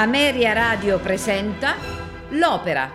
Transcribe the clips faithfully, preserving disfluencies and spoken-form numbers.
Ameria Radio presenta L'Opera.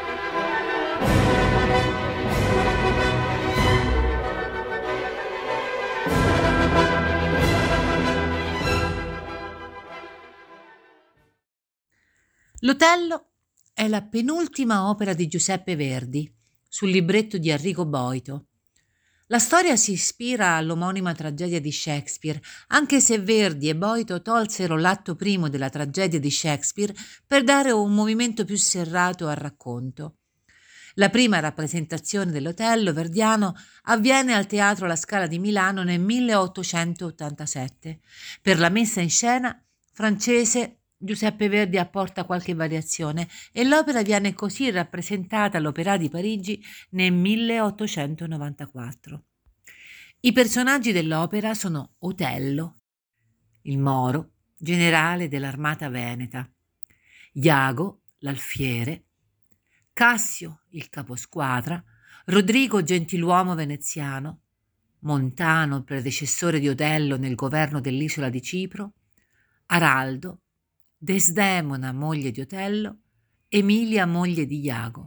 L'Otello è la penultima opera di Giuseppe Verdi, sul libretto di Arrigo Boito. La storia si ispira all'omonima tragedia di Shakespeare, anche se Verdi e Boito tolsero l'atto primo della tragedia di Shakespeare per dare un movimento più serrato al racconto. La prima rappresentazione dell'Otello verdiano avviene al Teatro La Scala di Milano nel milleottocentottantasette. Per la messa in scena francese Giuseppe Verdi apporta qualche variazione e l'opera viene così rappresentata all'Opéra di Parigi nel milleottocentonovantaquattro. I personaggi dell'opera sono Otello, il Moro, generale dell'armata veneta, Iago, l'alfiere, Cassio, il caposquadra, Rodrigo, gentiluomo veneziano, Montano, predecessore di Otello nel governo dell'isola di Cipro, Araldo, Desdemona, moglie di Otello, Emilia, moglie di Iago.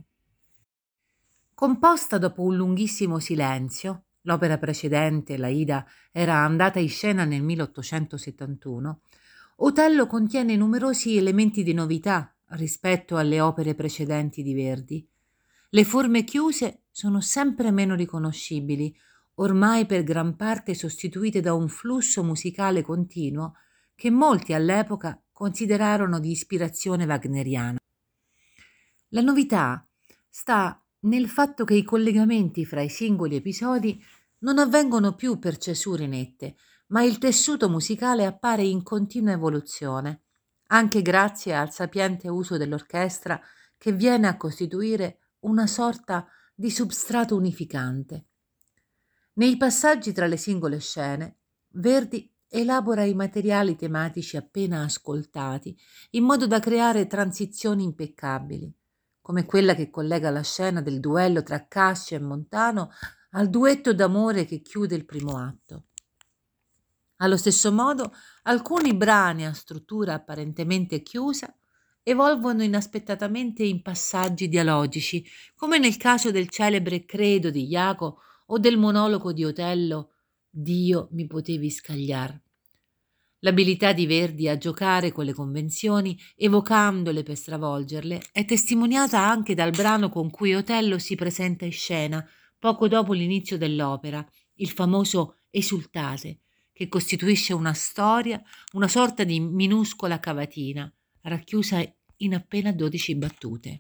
Composta dopo un lunghissimo silenzio, l'opera precedente, l'Aida, era andata in scena nel milleottocentosettantuno, Otello contiene numerosi elementi di novità rispetto alle opere precedenti di Verdi. Le forme chiuse sono sempre meno riconoscibili, ormai per gran parte sostituite da un flusso musicale continuo che molti all'epoca considerarono di ispirazione wagneriana. La novità sta nel fatto che i collegamenti fra i singoli episodi non avvengono più per cesure nette, ma il tessuto musicale appare in continua evoluzione, anche grazie al sapiente uso dell'orchestra che viene a costituire una sorta di substrato unificante. Nei passaggi tra le singole scene, Verdi elabora i materiali tematici appena ascoltati in modo da creare transizioni impeccabili, come quella che collega la scena del duello tra Cassio e Montano al duetto d'amore che chiude il primo atto. Allo stesso modo, alcuni brani a struttura apparentemente chiusa evolvono inaspettatamente in passaggi dialogici, come nel caso del celebre Credo di Iago o del monologo di Otello «Dio mi potevi scagliar». L'abilità di Verdi a giocare con le convenzioni, evocandole per stravolgerle, è testimoniata anche dal brano con cui Otello si presenta in scena poco dopo l'inizio dell'opera, il famoso Esultate, che costituisce una storia, una sorta di minuscola cavatina, racchiusa in appena dodici battute.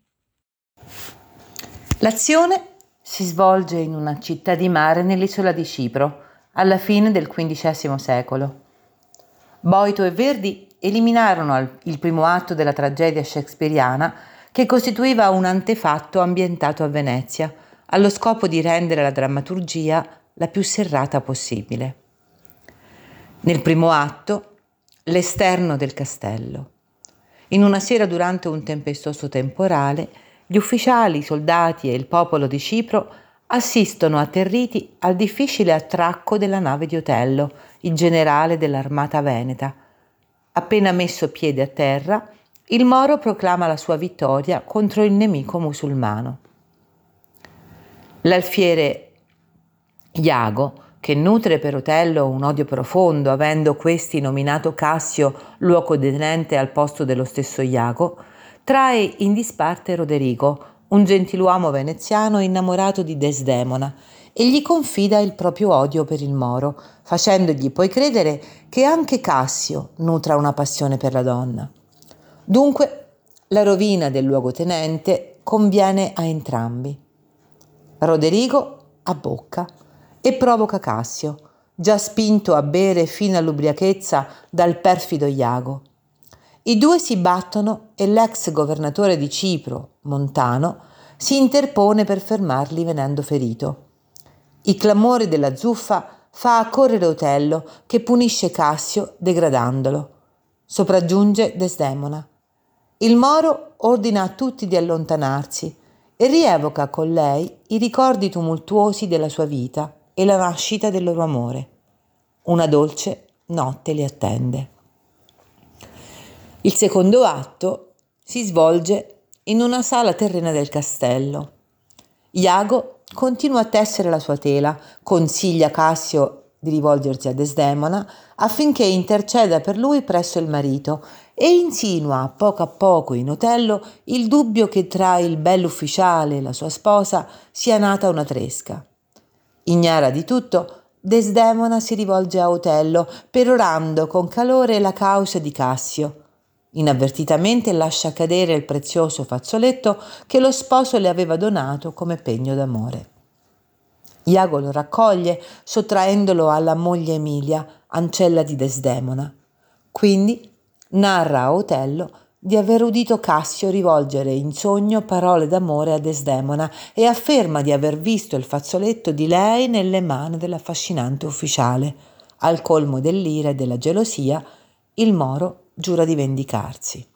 L'azione si svolge in una città di mare nell'isola di Cipro, alla fine del quindicesimo secolo. Boito e Verdi eliminarono il primo atto della tragedia shakespeariana che costituiva un antefatto ambientato a Venezia, allo scopo di rendere la drammaturgia la più serrata possibile. Nel primo atto, l'esterno del castello. In una sera durante un tempestoso temporale, gli ufficiali, i soldati e il popolo di Cipro assistono atterriti al difficile attracco della nave di Otello, il generale dell'armata veneta. Appena messo piede a terra, il Moro proclama la sua vittoria contro il nemico musulmano. L'alfiere Iago, che nutre per Otello un odio profondo, avendo questi nominato Cassio luogotenente al posto dello stesso Iago, trae in disparte Roderigo, un gentiluomo veneziano innamorato di Desdemona, e gli confida il proprio odio per il Moro, facendogli poi credere che anche Cassio nutra una passione per la donna. Dunque, la rovina del luogotenente conviene a entrambi. Roderigo abbocca e provoca Cassio, già spinto a bere fino all'ubriachezza dal perfido Iago. I due si battono e l'ex governatore di Cipro, Montano, si interpone per fermarli venendo ferito. Il clamore della zuffa fa accorrere Otello, che punisce Cassio degradandolo. Sopraggiunge Desdemona. Il Moro ordina a tutti di allontanarsi e rievoca con lei i ricordi tumultuosi della sua vita e la nascita del loro amore. Una dolce notte li attende. Il secondo atto si svolge in una sala terrena del castello. Iago continua a tessere la sua tela, consiglia Cassio di rivolgersi a Desdemona affinché interceda per lui presso il marito e insinua a poco a poco in Otello il dubbio che tra il bell'ufficiale e la sua sposa sia nata una tresca. Ignara di tutto, Desdemona si rivolge a Otello perorando con calore la causa di Cassio. Inavvertitamente lascia cadere il prezioso fazzoletto che lo sposo le aveva donato come pegno d'amore. Iago lo raccoglie sottraendolo alla moglie Emilia, ancella di Desdemona. Quindi narra a Otello di aver udito Cassio rivolgere in sogno parole d'amore a Desdemona e afferma di aver visto il fazzoletto di lei nelle mani dell'affascinante ufficiale. Al colmo dell'ira e della gelosia, il Moro giura di vendicarsi.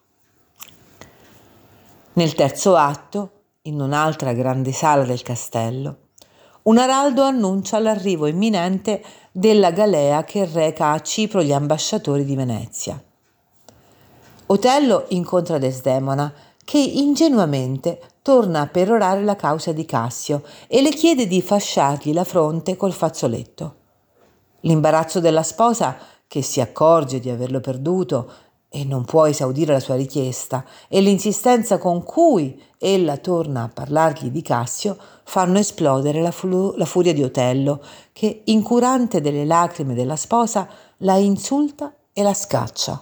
Nel terzo atto, in un'altra grande sala del castello, un araldo annuncia l'arrivo imminente della galea che reca a Cipro gli ambasciatori di Venezia. Otello incontra Desdemona, che ingenuamente torna a perorare la causa di Cassio e le chiede di fasciargli la fronte col fazzoletto. L'imbarazzo della sposa, che si accorge di averlo perduto e non può esaudire la sua richiesta, e l'insistenza con cui ella torna a parlargli di Cassio fanno esplodere la, fu- la furia di Otello, che, incurante delle lacrime della sposa, la insulta e la scaccia.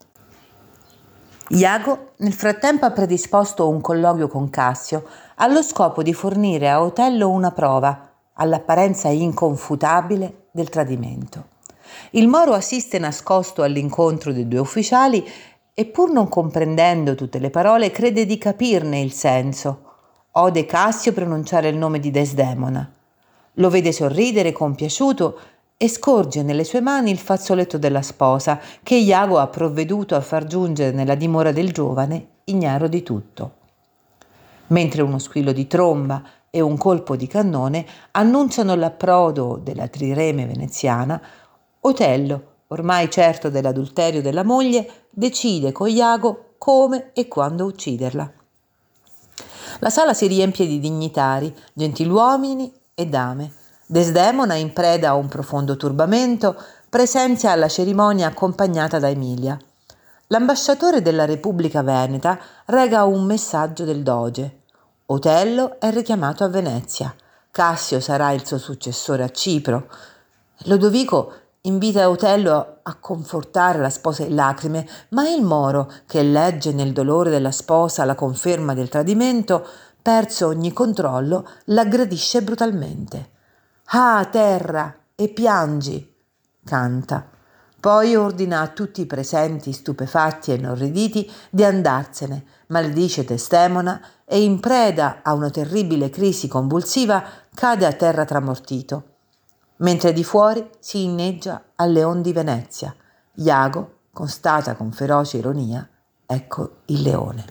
Iago nel frattempo ha predisposto un colloquio con Cassio allo scopo di fornire a Otello una prova, all'apparenza inconfutabile, del tradimento. Il Moro assiste nascosto all'incontro dei due ufficiali e, pur non comprendendo tutte le parole, crede di capirne il senso. Ode Cassio pronunciare il nome di Desdemona. Lo vede sorridere compiaciuto e scorge nelle sue mani il fazzoletto della sposa che Iago ha provveduto a far giungere nella dimora del giovane, ignaro di tutto. Mentre uno squillo di tromba e un colpo di cannone annunciano l'approdo della trireme veneziana, Otello, ormai certo dell'adulterio della moglie, decide con Iago come e quando ucciderla. La sala si riempie di dignitari, gentiluomini e dame. Desdemona, in preda a un profondo turbamento, presenzia alla cerimonia accompagnata da Emilia. L'ambasciatore della Repubblica Veneta rega un messaggio del doge. Otello è richiamato a Venezia. Cassio sarà il suo successore a Cipro. Lodovico invita Otello a confortare la sposa in lacrime, ma il Moro, che legge nel dolore della sposa la conferma del tradimento, perso ogni controllo, l'aggredisce brutalmente. «Ah, terra, e piangi!» canta. Poi ordina a tutti i presenti, stupefatti e inorriditi, di andarsene, maledice Desdemona e, in preda a una terribile crisi convulsiva, cade a terra tramortito. Mentre di fuori si inneggia al leon di Venezia. Iago constata con feroce ironia: ecco il leone.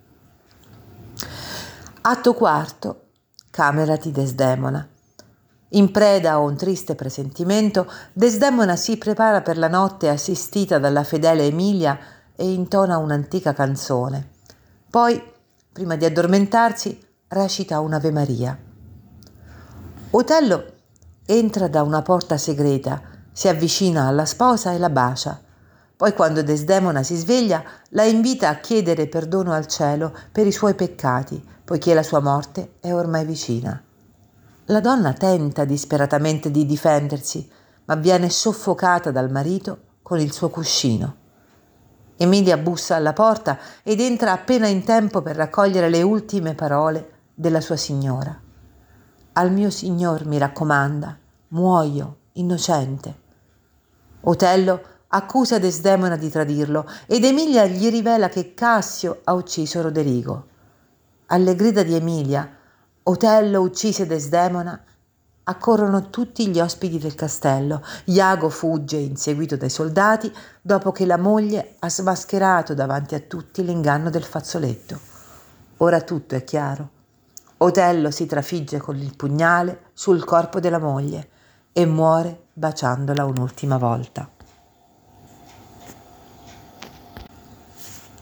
Atto quarto. Camera di Desdemona. In preda a un triste presentimento, Desdemona si prepara per la notte assistita dalla fedele Emilia e intona un'antica canzone. Poi, prima di addormentarsi, recita un'Ave Maria. Otello entra da una porta segreta, si avvicina alla sposa e la bacia. Poi, quando Desdemona si sveglia, la invita a chiedere perdono al cielo per i suoi peccati, poiché la sua morte è ormai vicina. La donna tenta disperatamente di difendersi, ma viene soffocata dal marito con il suo cuscino. Emilia bussa alla porta ed entra appena in tempo per raccogliere le ultime parole della sua signora. «Al mio signor mi raccomanda, muoio innocente». Otello accusa Desdemona di tradirlo ed Emilia gli rivela che Cassio ha ucciso Roderigo. Alle grida di Emilia «Otello uccise Desdemona», accorrono tutti gli ospiti del castello. Iago fugge inseguito dai soldati dopo che la moglie ha smascherato davanti a tutti l'inganno del fazzoletto. Ora tutto è chiaro. Otello si trafigge con il pugnale sul corpo della moglie e muore baciandola un'ultima volta.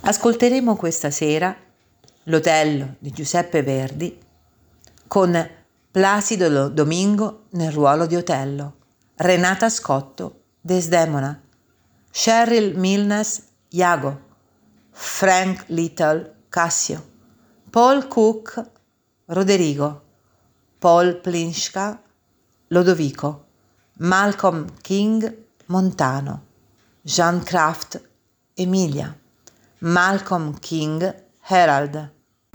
Ascolteremo questa sera l'Otello di Giuseppe Verdi con Placido Domingo nel ruolo di Otello, Renata Scotto Desdemona, Cheryl Milnes Iago, Frank Little Cassio, Paul Cook Roderigo, Paul Plinska Lodovico, Malcolm King Montano, Jean Craft Emilia, Malcolm King Herald.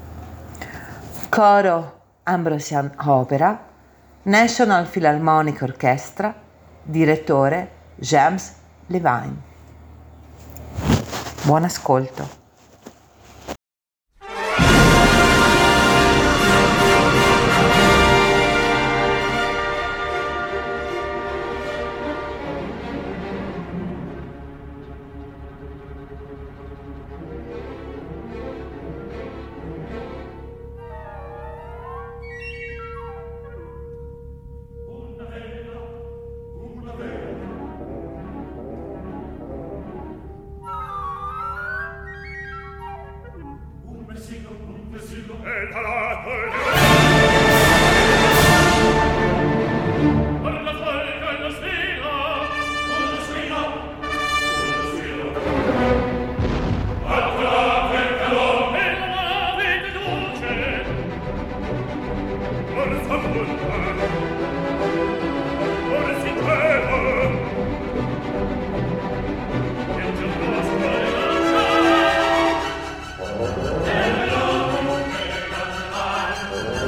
Coro Ambrosian Opera, National Philharmonic Orchestra, direttore James Levine. Buon ascolto. Oh,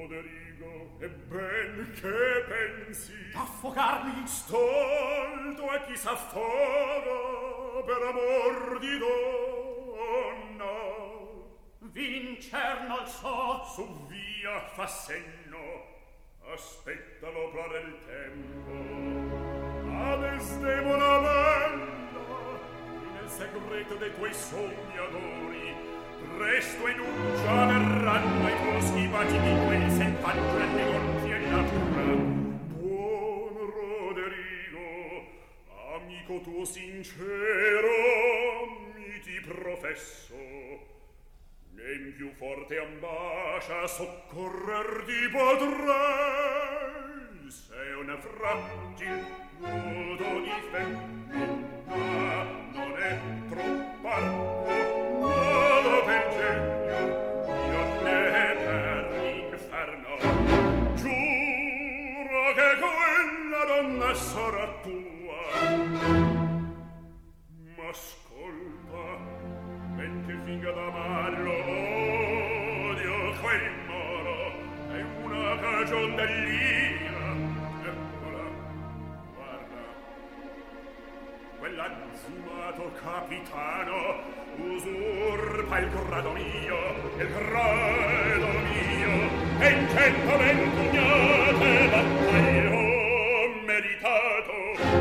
Roderigo, e ben che pensi? Affogarmi? Stolto e chi s'affoga per amor di donna. Vincer non so. Su via, fa senno, aspettalo plore il tempo. A Desdemona bella, nel segreto dei tuoi sogni adori, presto enuncia verranno i tuoi schivati di quel selvaggio e gonfi e natura. Buon Roderigo, amico tuo sincero, mi ti professo, e in più forte ambascia soccorrerti potrei, se una fragil nudo di femmina non è troppo malo per genio, io ne per l'inferno giuro che quella donna sarà tua. Ma ascolta, mentre finga d'amarlo odio quel moro, è una cagion dell'ira. Eccola, guarda, quell'azzumato capitano usurpa il grado mio, il grado mio, e in cento ventugnate battaglio meritato.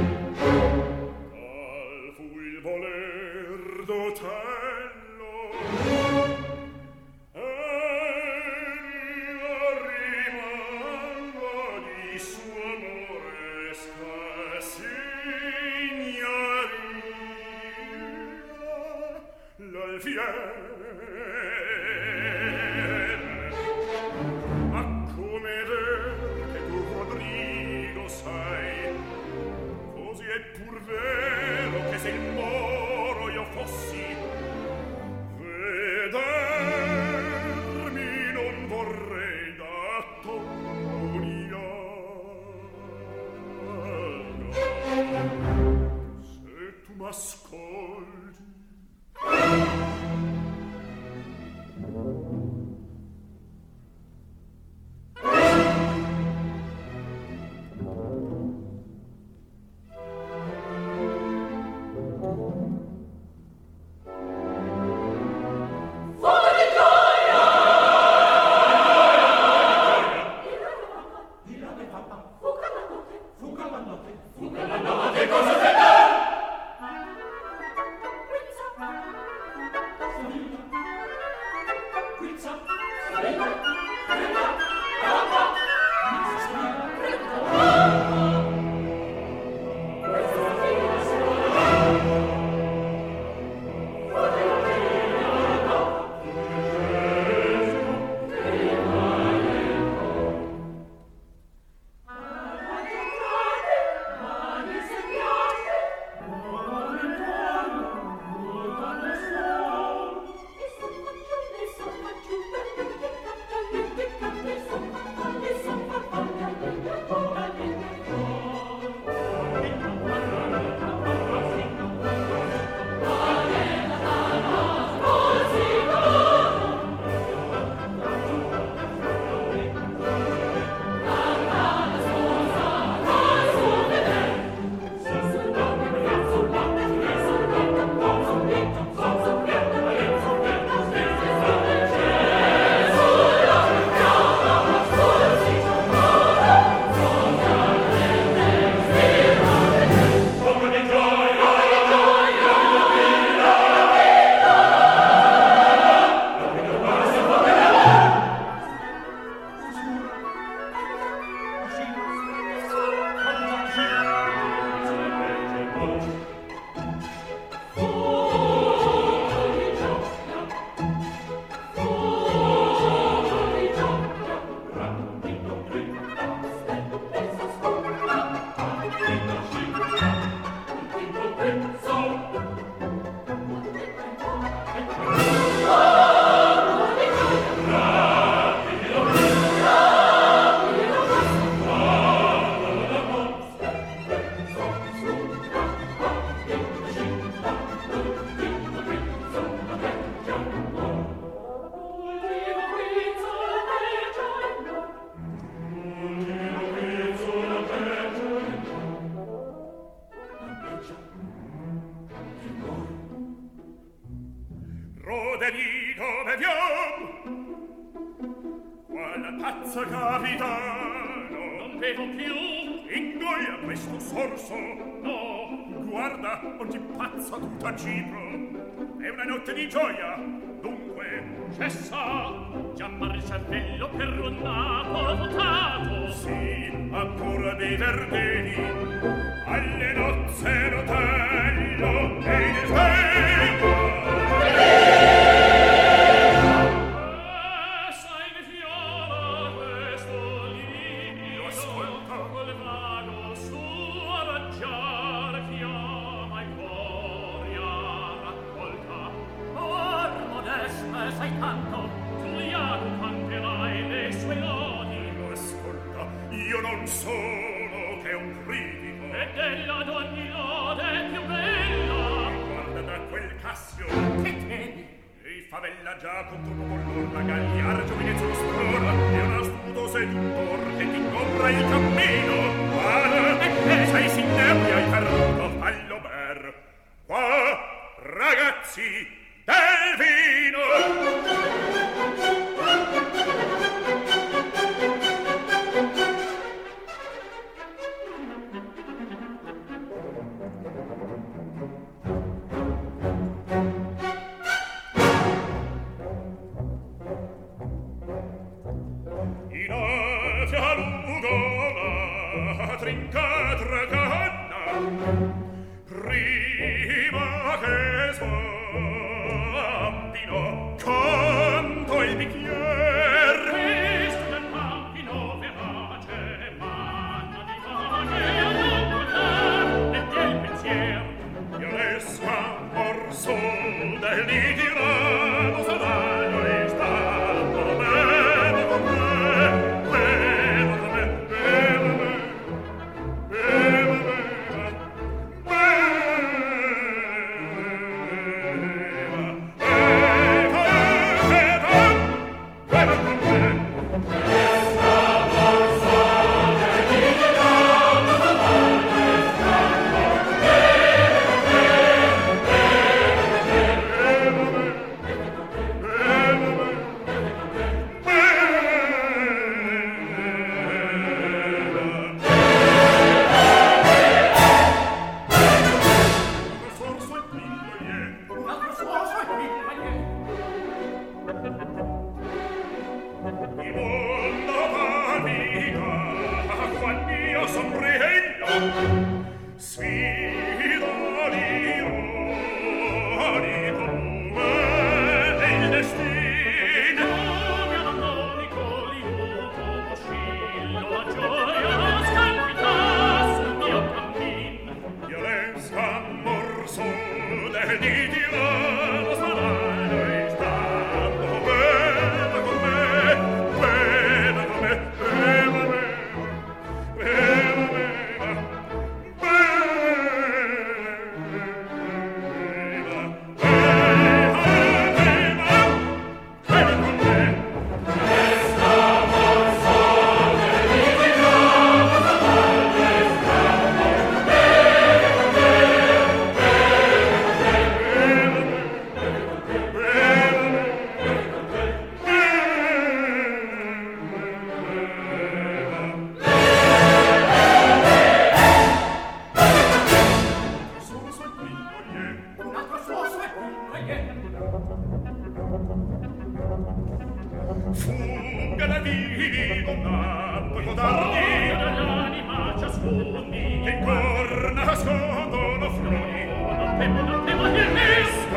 Tal fu il voler d'Otello, e io rimango di suo amore signoria, l'alfiere. Ma come ver che tu, Rodrigo, sai, così è pur vero che se il moro io fossi, vedermi non vorrei da Toniago. Se tu m'ascolti, Thank you. alla tazza, capitano. Non bevo più. Ingoia questo sorso. No, guarda, oggi pazza tutta Cipro. È una notte di gioia, dunque cessa. Chiamar il cervello per un napo votato. Sì, ancora dei verdeni. Alle nozze rotello e il sveglia. Sai tanto, tu Iago canterai le sue lodi. Lo ascolta, io non sono che un critico. E della d'ogni lode più bella. Guarda da quel Cassio. Che temi? Ehi favella già con tutto color la gagliar giovinezza oscura e un astuto seduttor che ti ingombra il cammino. Guarda, e sei sinnebbia hai perduto. Fallo ber. Qua, ragazzi, del vino! In Asia Lugona trinca tracanna prima che svampino canto il bicchier Questo del pampino verace manna di pane a lungo e del pensier Ialesca morso del tirano savaglio e stato bene con me, bene con me, bene con me, bene con me. Funga da vivo nato e codardi dall'anima ciascun che in cor nascondono flori non temo, non temo il esca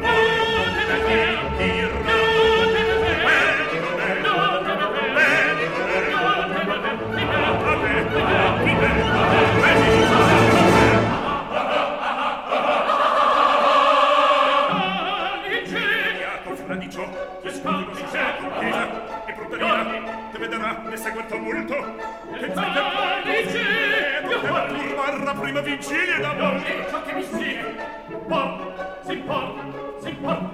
ne segue il tumulto che zai che turbar la prima vigilia d'amore e ciò che mi sigue po si porta si porta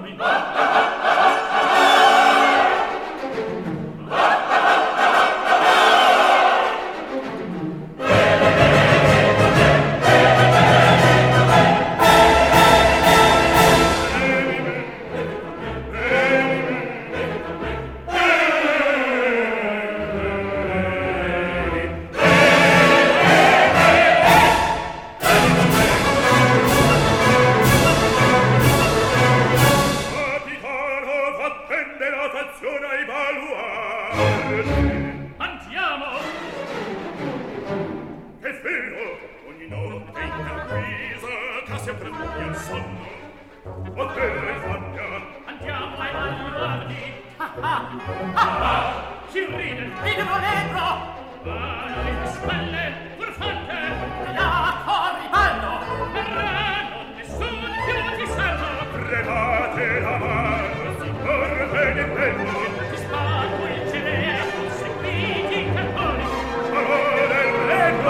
Thank you. Andiamo! È vero, ogni notte in guisa Cassia prende il sonno. O te ne faglia. Andiamo ai guardi! Ah ah! Ah ah! Si ride! Ridano dentro! Ah, le spalle! Furfante! Là, corri, ballo! Re, non nessuno più ti serva! Premate la mano, signor Benedetto. Ti spacco il celea, seguiti i cartoni! Parole del regno!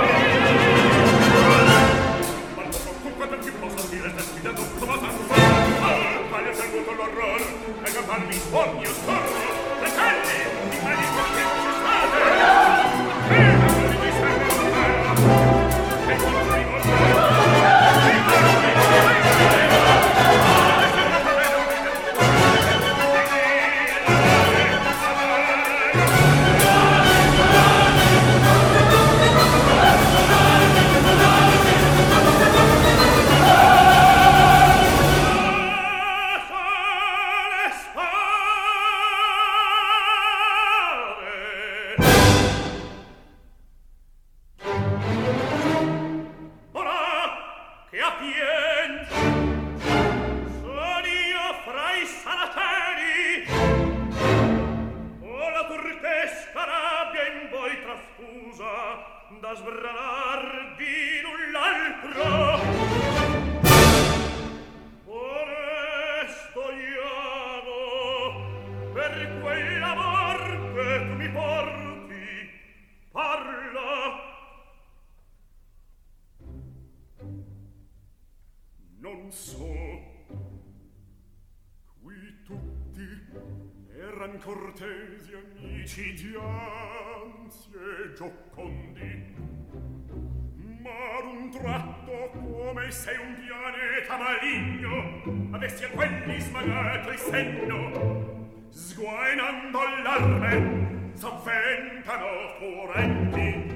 Ma non quanto più posso dire, sta sfidando come sa. Quale è seguito l'orrore? E che parli sogni o scorro? Fratelli, di mani che ci state! Prima che mi serve un bello! E ti primo da sbranar di null'altro. Onesto Iago, per quell'amor che tu mi porti, parla. Non so, qui tutti eran cortesi amici dianzi e giocondi, ma d'un tratto come sei un pianeta maligno avessi a quelli smagato il senno, sguainando l'arme sovventano furenti.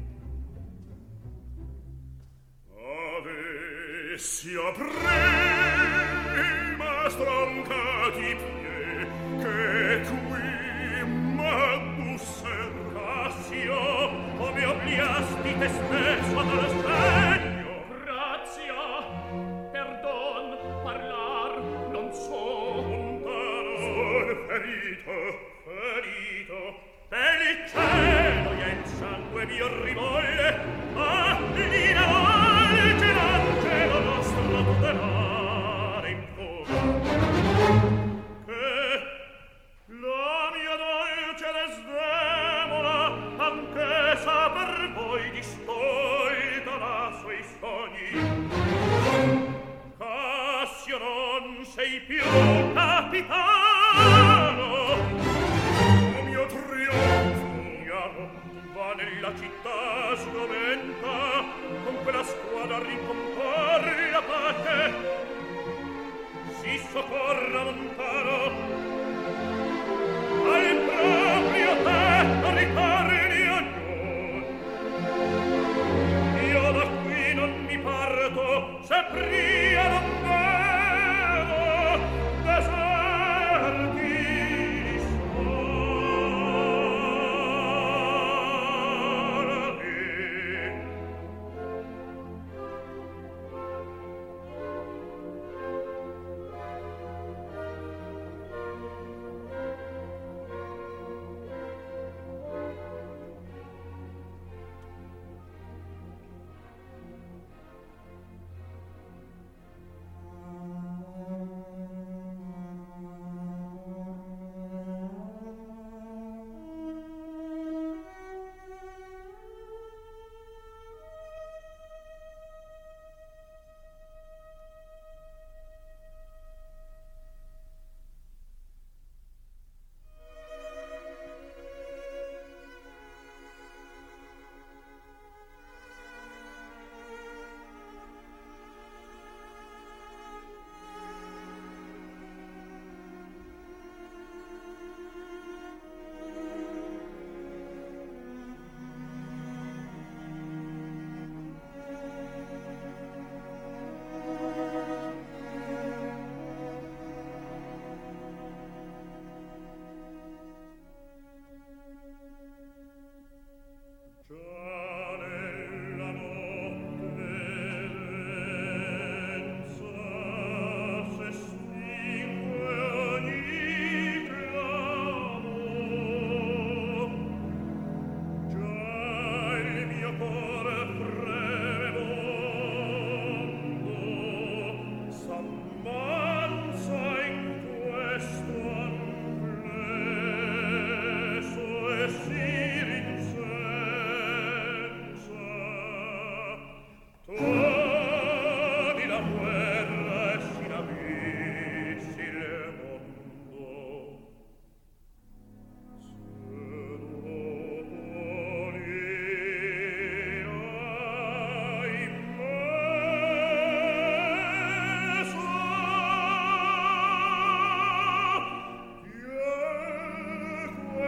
Avessi a prima stroncati pie che qui m'addusser Cassio, o mi obliasti te stesso dallo sdegno. Grazia, perdon, parlar non so. Lontano son ferito, Ferito, per il cielo e il sangue mio rivolle, ah, l'ira volge l'angelo nostro tutelare in fuga. La mia dolce Desdemona, anch'essa per voi distolta da suoi sogni. Cassio, non sei più capitano. o mio trionfo, Iago va nella città sgomenta, con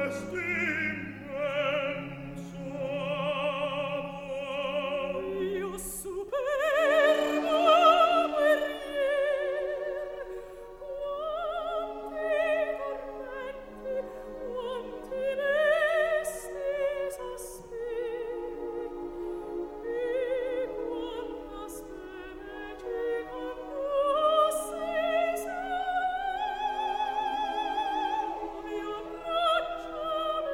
Io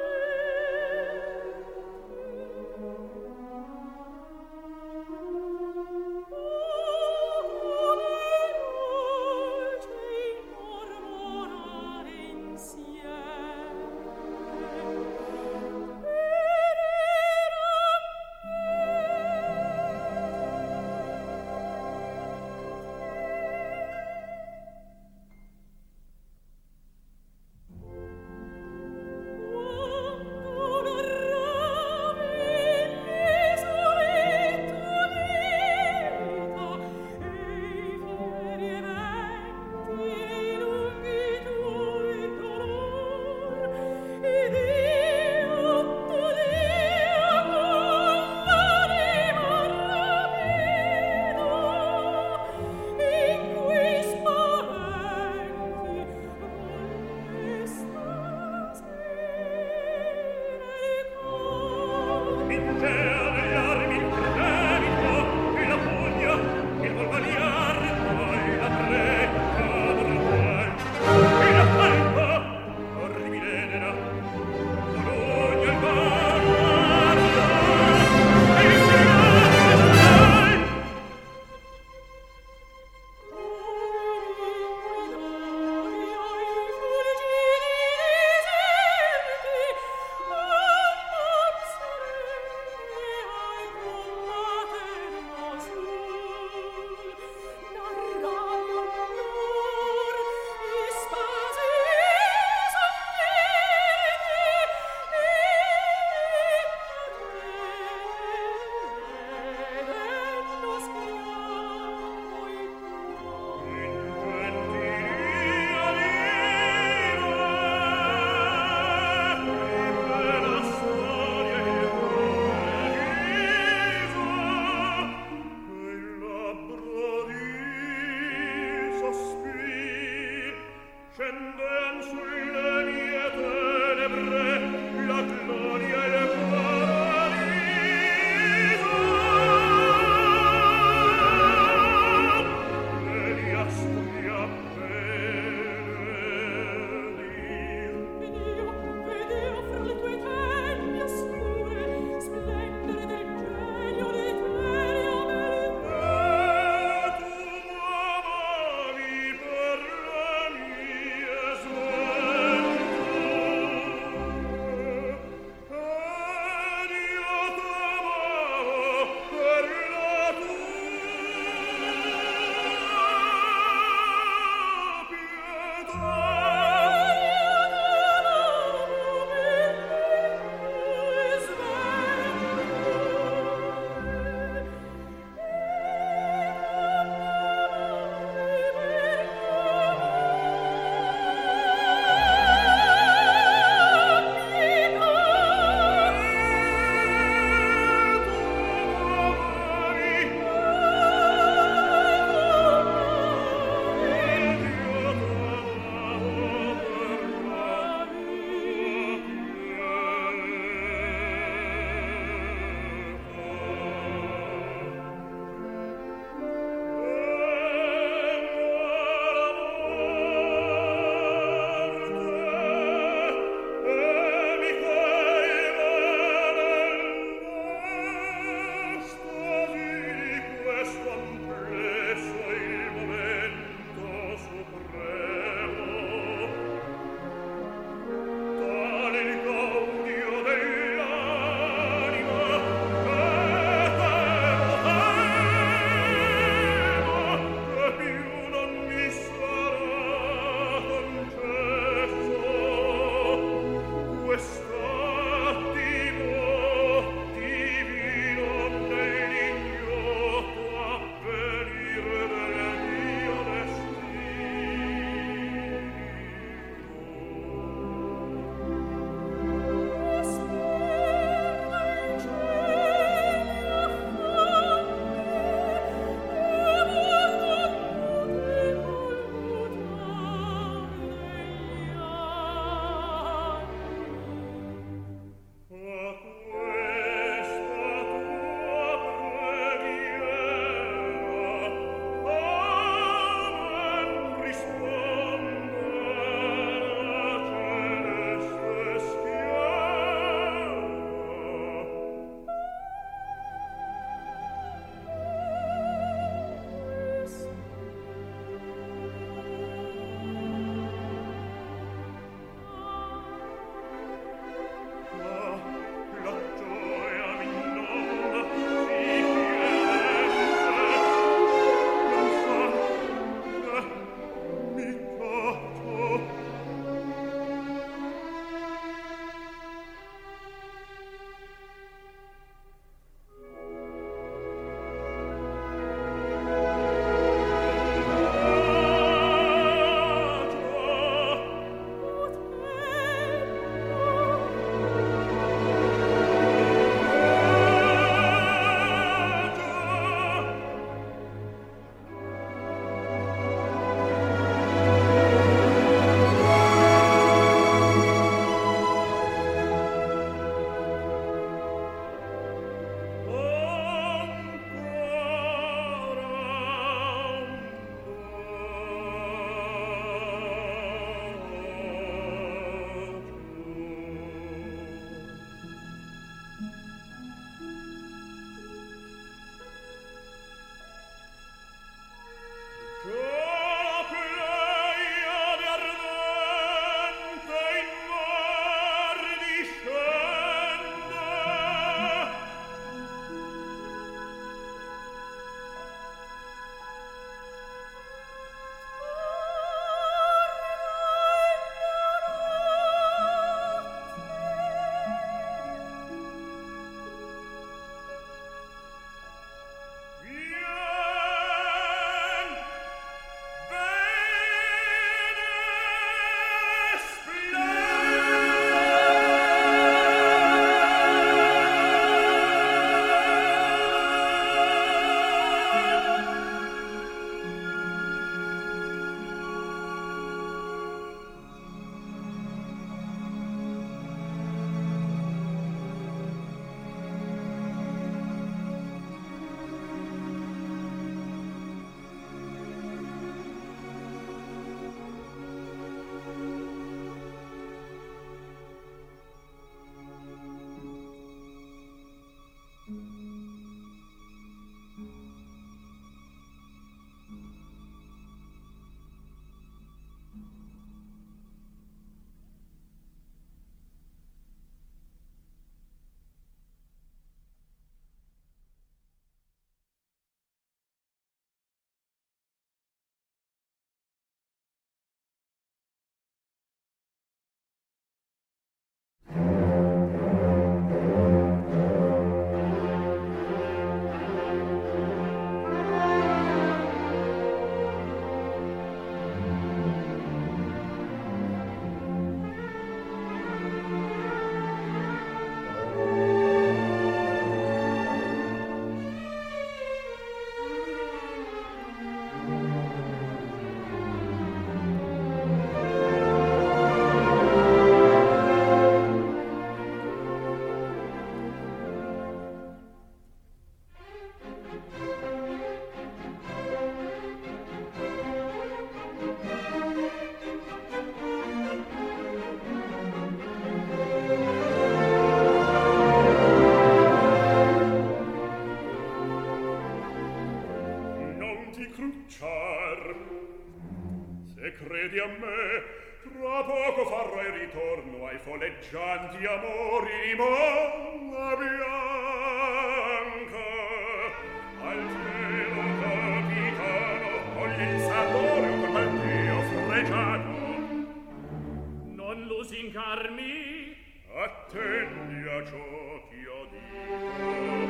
credi a me, tra poco farai ritorno ai foleggianti amori di Monna Bianca. Al cielo capitano, cogli il sapore o col Matteo fregiato. Non lusingarmi, attendi a ciò ch'io dico.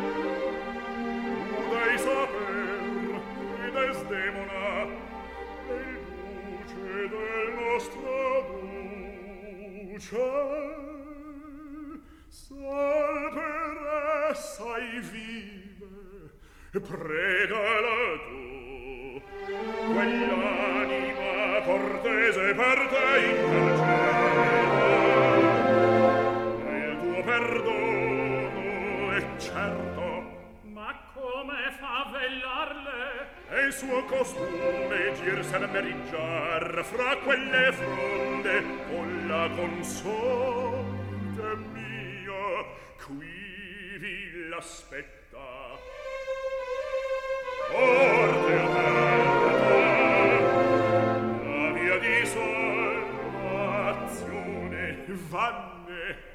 Tu dei saper e desdemona, e luce del nostro luce, sal per essa i vive, pregala tu, quell'anima cortese per te interceda, e il tuo perdono è certo. ma come fa vellarle? È il suo costume gir sermeriggiar fra quelle fronde con la consorte mia, quivi l'aspetta. Porte aperta, la via di salvazione vanne.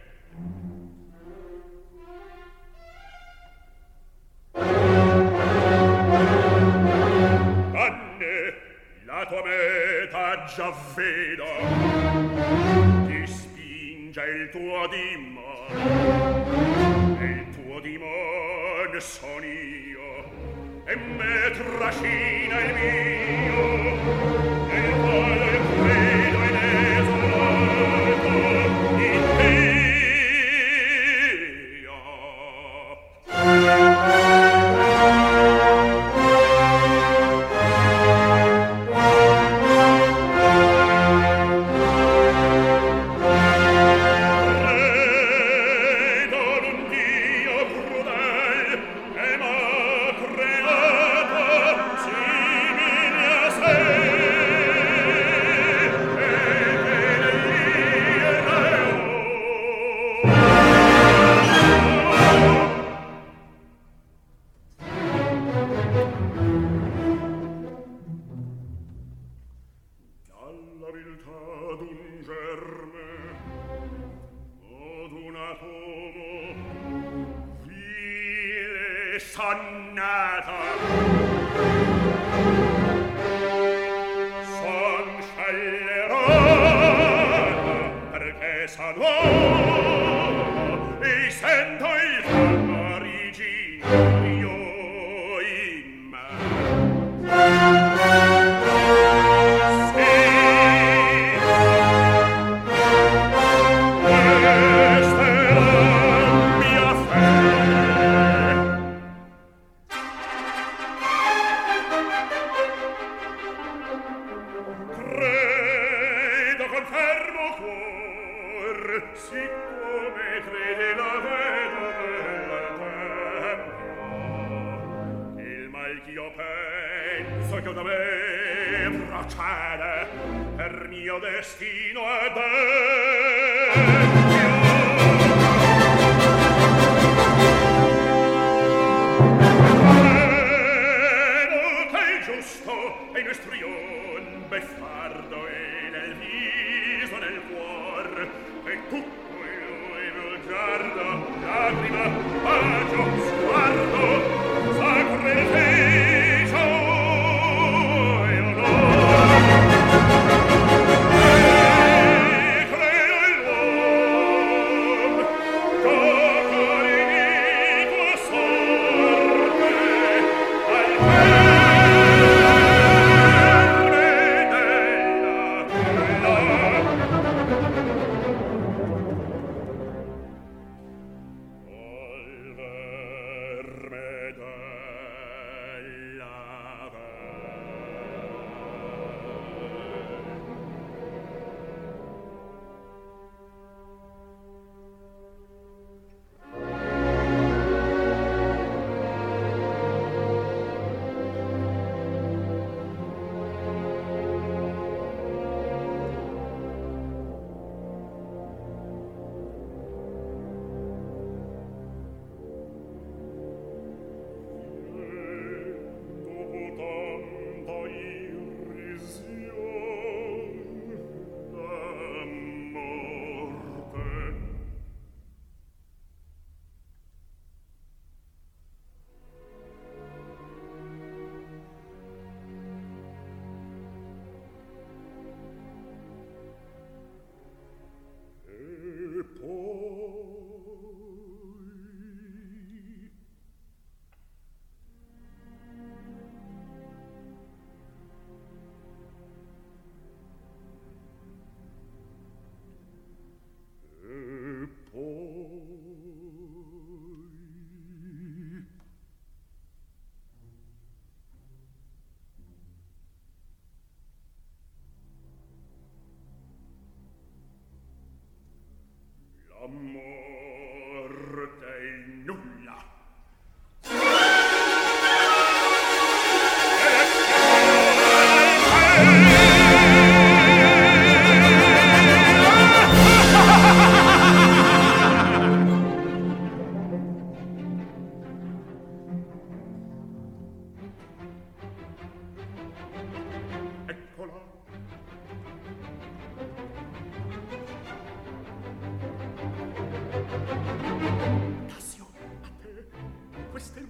La tua meta già vedo, ti spinge il tuo dimon, e il tuo dimon son io, e me trascina il mio, e il quale credo inesolato in Dio.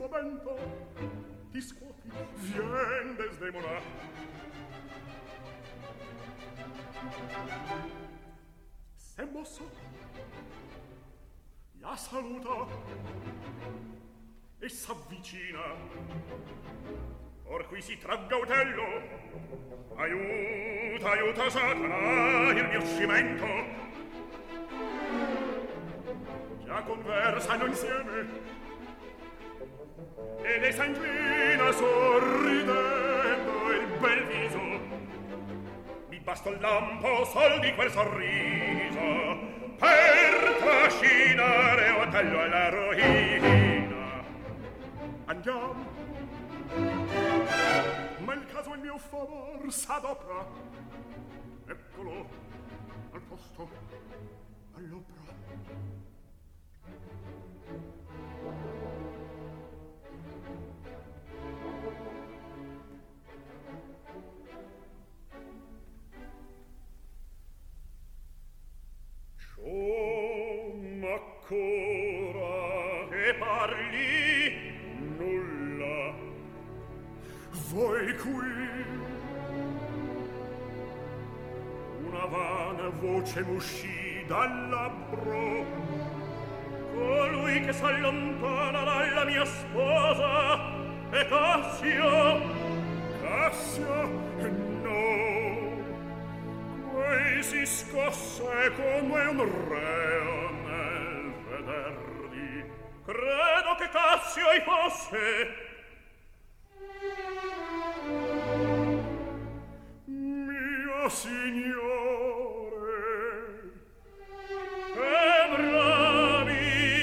spavento, ti scuoti, vien Desdemona. S'è mosso, la saluta e s'avvicina. Or qui si tragga Otello, aiuta, aiuta Satana il mio scimento. Già conversano insieme ed essa inclina sorridendo il bel viso. Mi basta il lampo sol di quel sorriso per trascinare Otello alla rovina. Andiamo, ma il caso in mio favor s'adopera. Eccolo al posto, all'opera. Ancora che parli nulla, voi qui una vana voce m'uscì dal labbro, colui che s'allontana dalla mia sposa è Cassio. Cassio? No, quei si scosse come un reo nel vederdi. Credo che Cassio ei fosse. Mio signore, che bravi!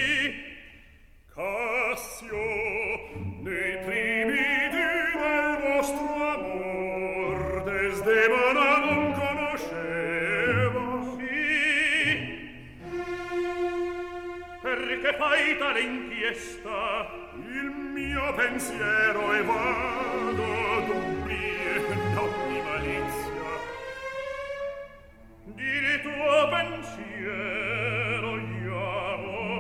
Cassio, nei primi dì del vostro amor, Desdemona non conosceva. Sì, perché fai tale inchiesta? Il mio pensiero è vago, dubbi e d'ogni malizia. Di il tuo pensiero, Iago,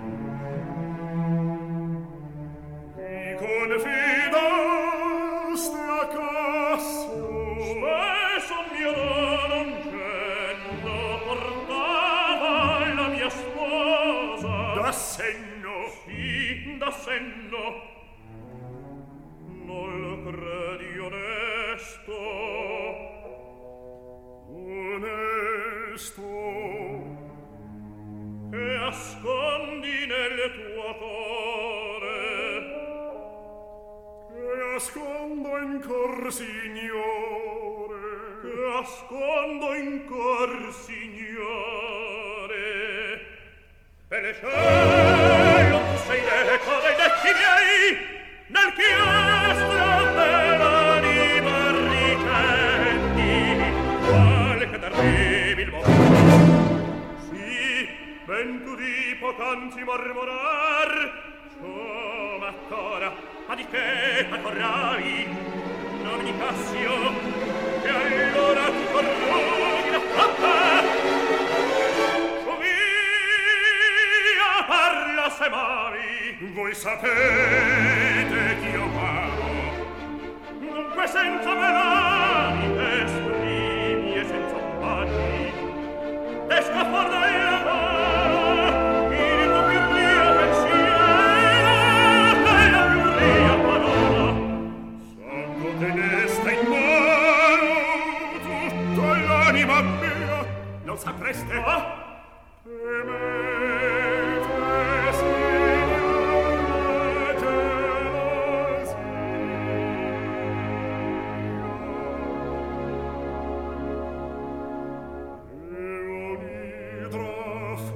mi confidaste a Cassio. Spesso mio doncello portava la mia sposa. Da senno? Sì, da senno. Non lo credi onesto? Onesto? Che ascondi nel tuo cuore? Che ascondo in cor, signore? Che ascondo in cor, signore? E le cielo tu sei l'eco dei detti miei, nel chiostro dell'anima ricendi qualche terribil momento. Sì, ben tu di poc'anzi mormorar, ciò m'ancora, ma di che t'accorravi? Non mi Cassio, che allora tu corrughi la fronte. Su via, parla se mai. Voi sapete ch'io amo, dunque senza velari, esprimi e senza panni, esca fuor dalla gola il tuo più rio pensiero e la più ria parola. Santo te ne sta in mano tutta l'anima mia, non sapreste? Ah? Temete, signore, gelosia. E un'idra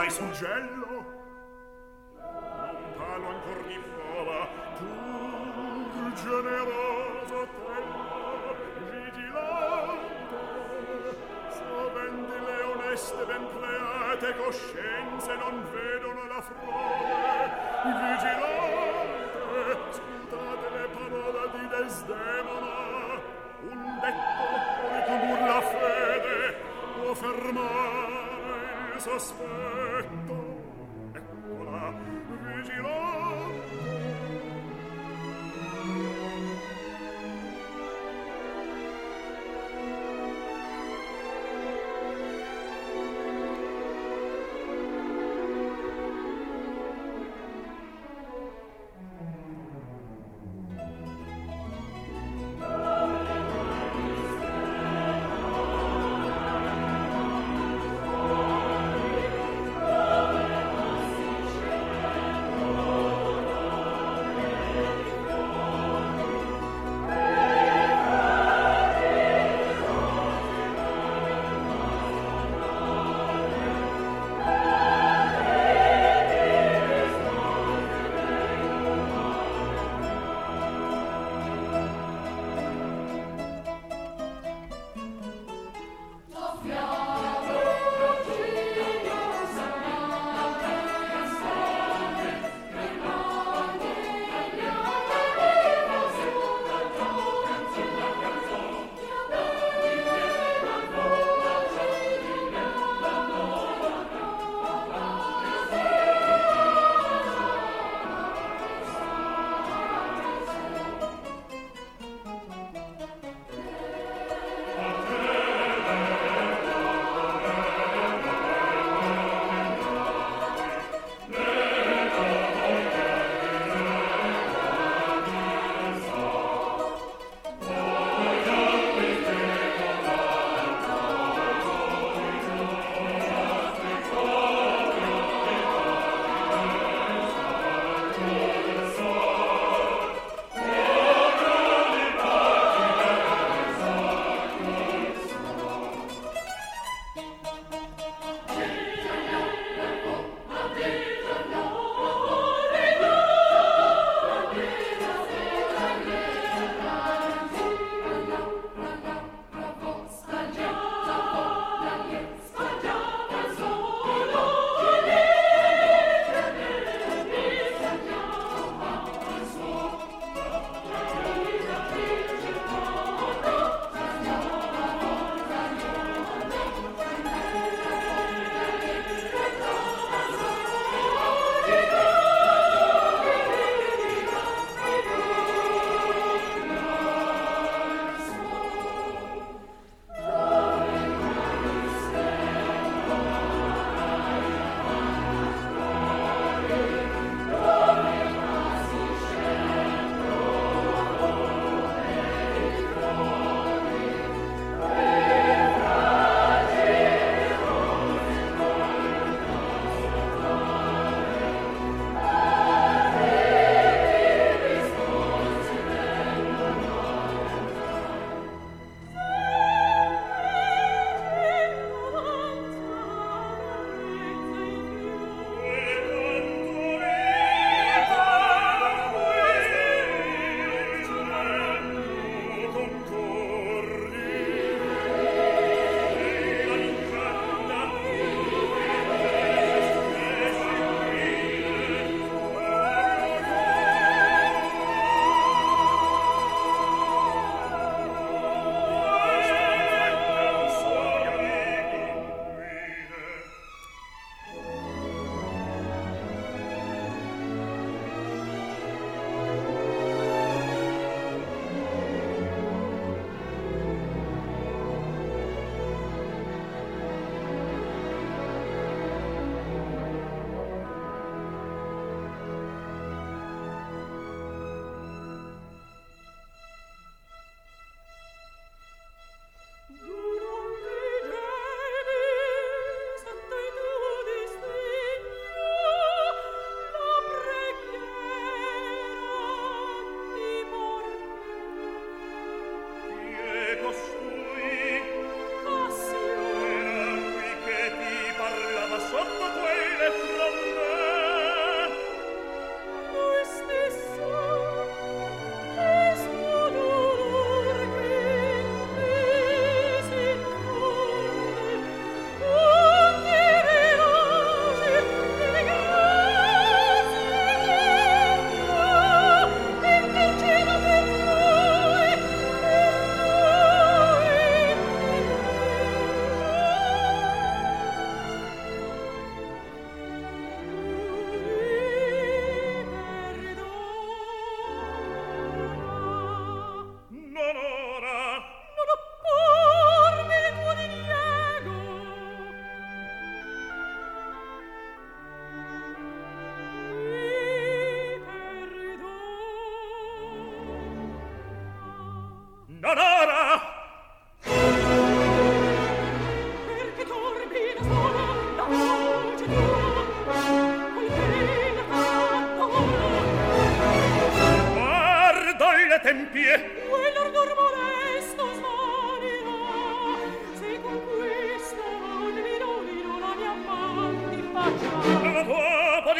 hai suggello? Non palo ancor di prova, pur generoso Otello, vigilante, sovente le oneste ben create coscienze non vedono la frode. Vigilante, scutate le parole di Desdemona, un detto può ricondurre la fede, può fermare il sospetto. Eccola, vigilante. Oh,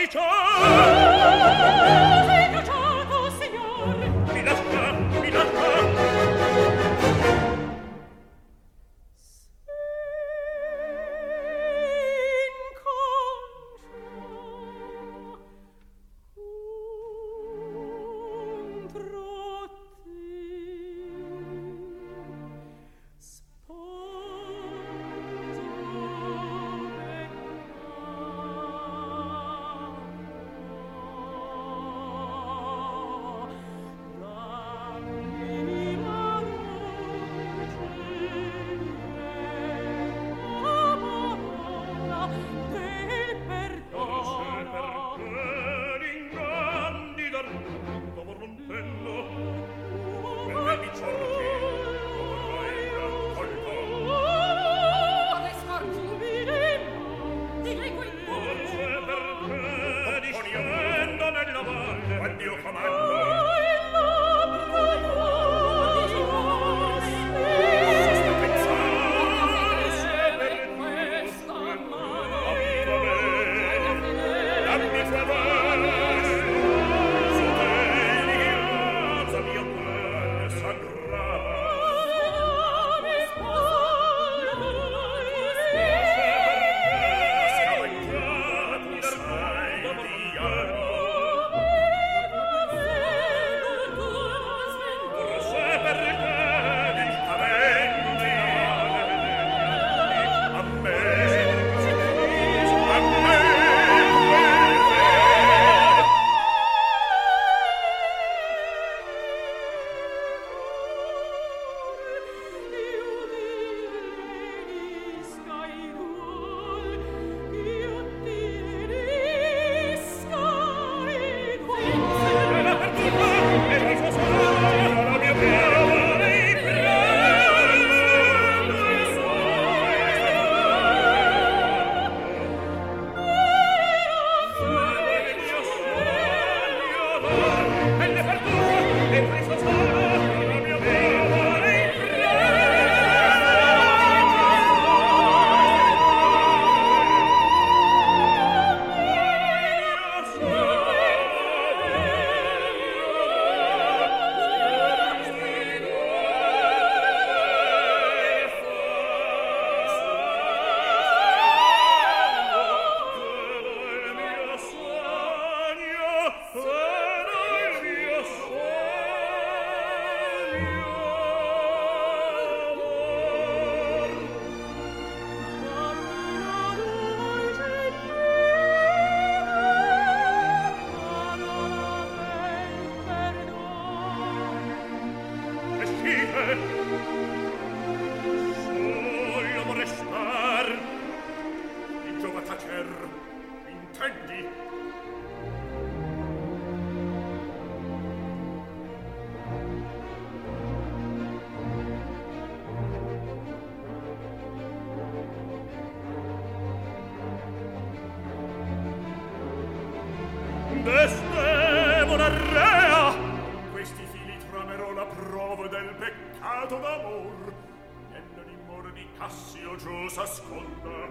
Desdemona rea, questi fili tramerò la prova del peccato d'amor, e nell'imor di Cassio giù s'ascolta.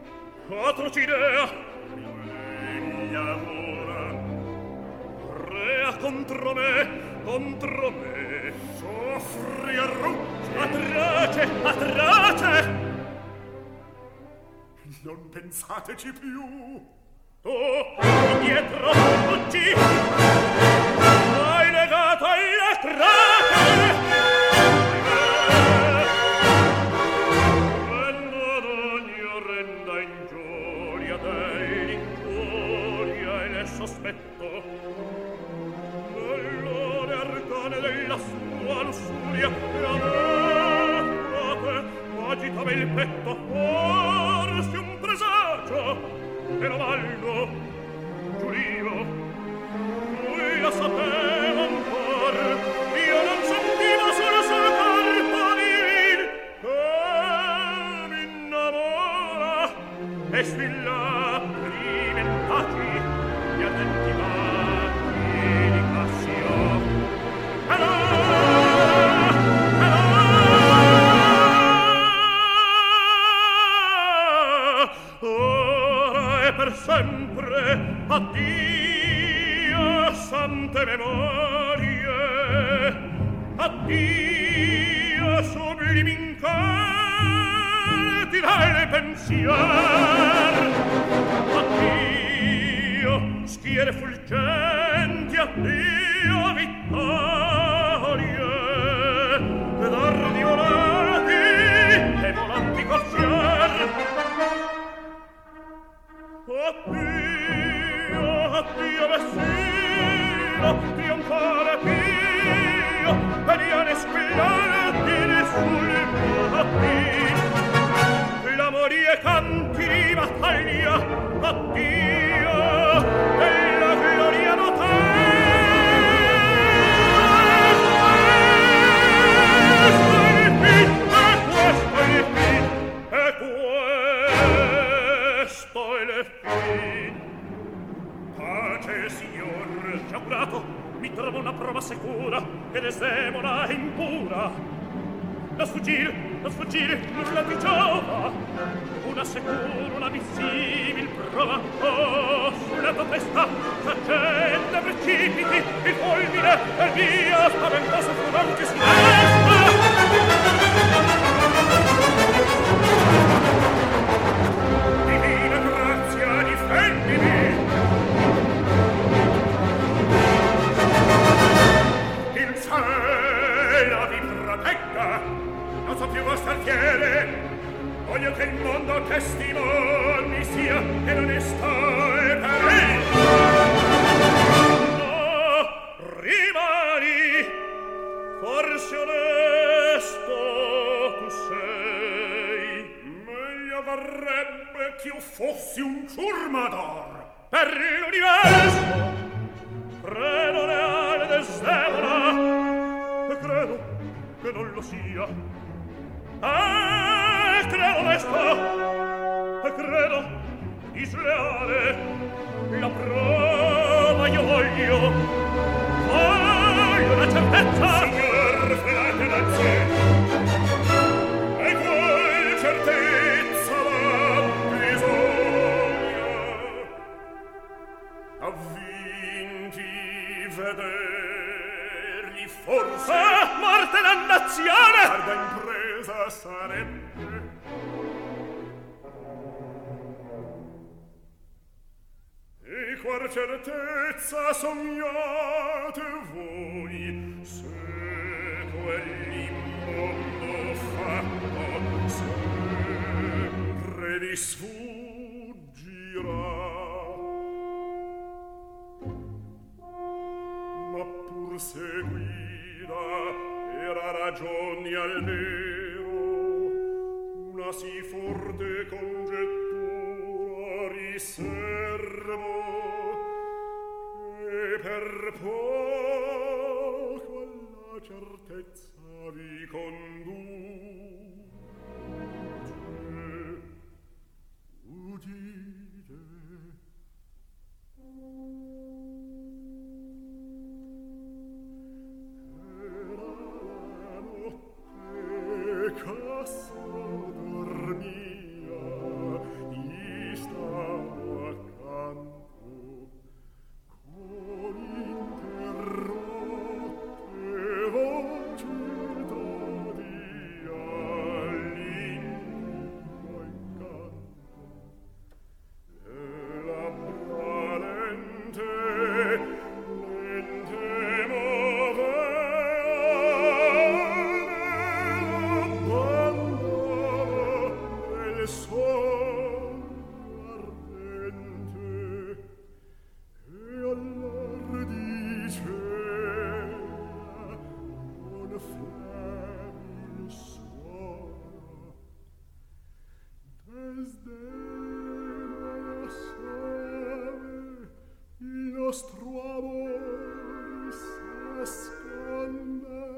Atroci idea, veglia ora, rea contro me, contro me, soffri a rucci, atrace, atrace. Non pensateci più. Tu, indietro, fuggi! Hai legato alle trate! Renda d'ogni renda ingiuria dell'ingiuria e nel sospetto nell'ore arcane della sua lussuria e a me, frate, agitava il petto forse un presagio. Era valdo, giurio, lui la sapeva ancor, io non sentivo sul suo corpo divin che m'innamora e sui labbri mentati gli ardenti baci di Cassio. Allora, allora, ora è per sempre. Addio, sante memorie. Addio, sublimi incanti del pensier. Addio, schiere fulgenti. Addio, vittorie. Ed ardi volati e volanti coffier. Addio, addio Messina, trionfale Pio, veniane squillanti sul mattino. L'amorie canti di battaglia, addio, della gloria notare. Signor, già curato, mi trovo una prova sicura che Desdemona è impura. Da sfuggire, da sfuggire, nulla ti giova. Una sicura, una visibile prova. Oh, sulla tua testa s'accende precipiti il fulmine e via spaventoso furor che si desta. Divina grazia, difendimi. La vi protegga, non so più vostra fiere. Voglio che il mondo testimoni sia che l'onesta è per me. No, rimani, forse onesto tu sei. Meglio varrebbe che io fossi un ciurmador per l'universo. Credo leale Desdemona, e credo che non lo sia. E credo onesto, e credo disleale. La prova io voglio, voglio la certezza. Signor, fate grazie, e qual certezza va bisogna. Avvinti vederli forse. Ah, morte dannazione! Guarda impresa sarebbe. E qual certezza sognate voi, se quell'immondo fatto sempre vi sfuggirà. Ma pur seguita era ragioni al vero, una sì forte congettura riservo, che per poco alla certezza vi conduce. Udite. Cassa dormia, gli stavo accanto, con interrotte voci d'odio all'intimo incanto. E labbra lente, lente muoveva il sol ardente, e all'ar diceva con flebile suono: Desdemona save, il nostro amor s'asconda.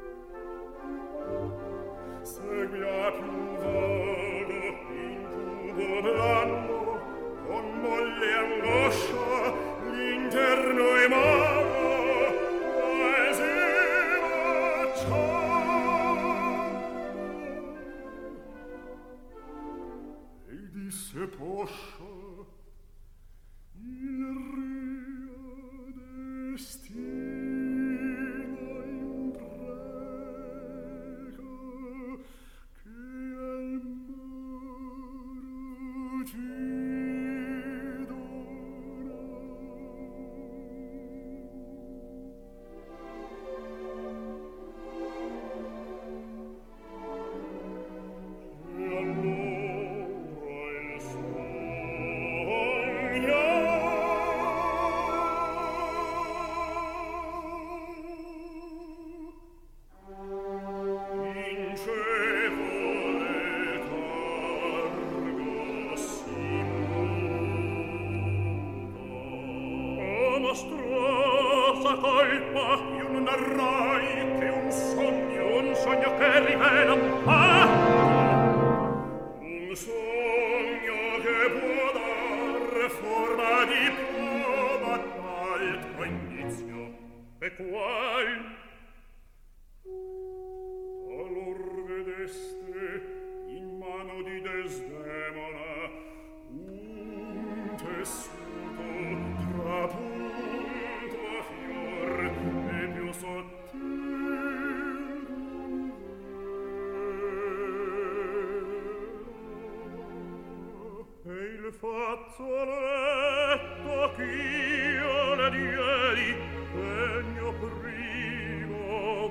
Segui a più vago in doblando con molle angoscia l'interno e mago poeseva ciò e disse poscia il rio destina impreca che al muro ti dona. E allora il sogno mostruosa colpa io non narrai che un sogno un sogno che rivela un fatto un sogno che può dar forma di prova d'altro indizio e qual allor vedeste in mano di Desdemona un tessuto tra punto a fior e più sottil e il fazzoletto ch'io le diedi degno primo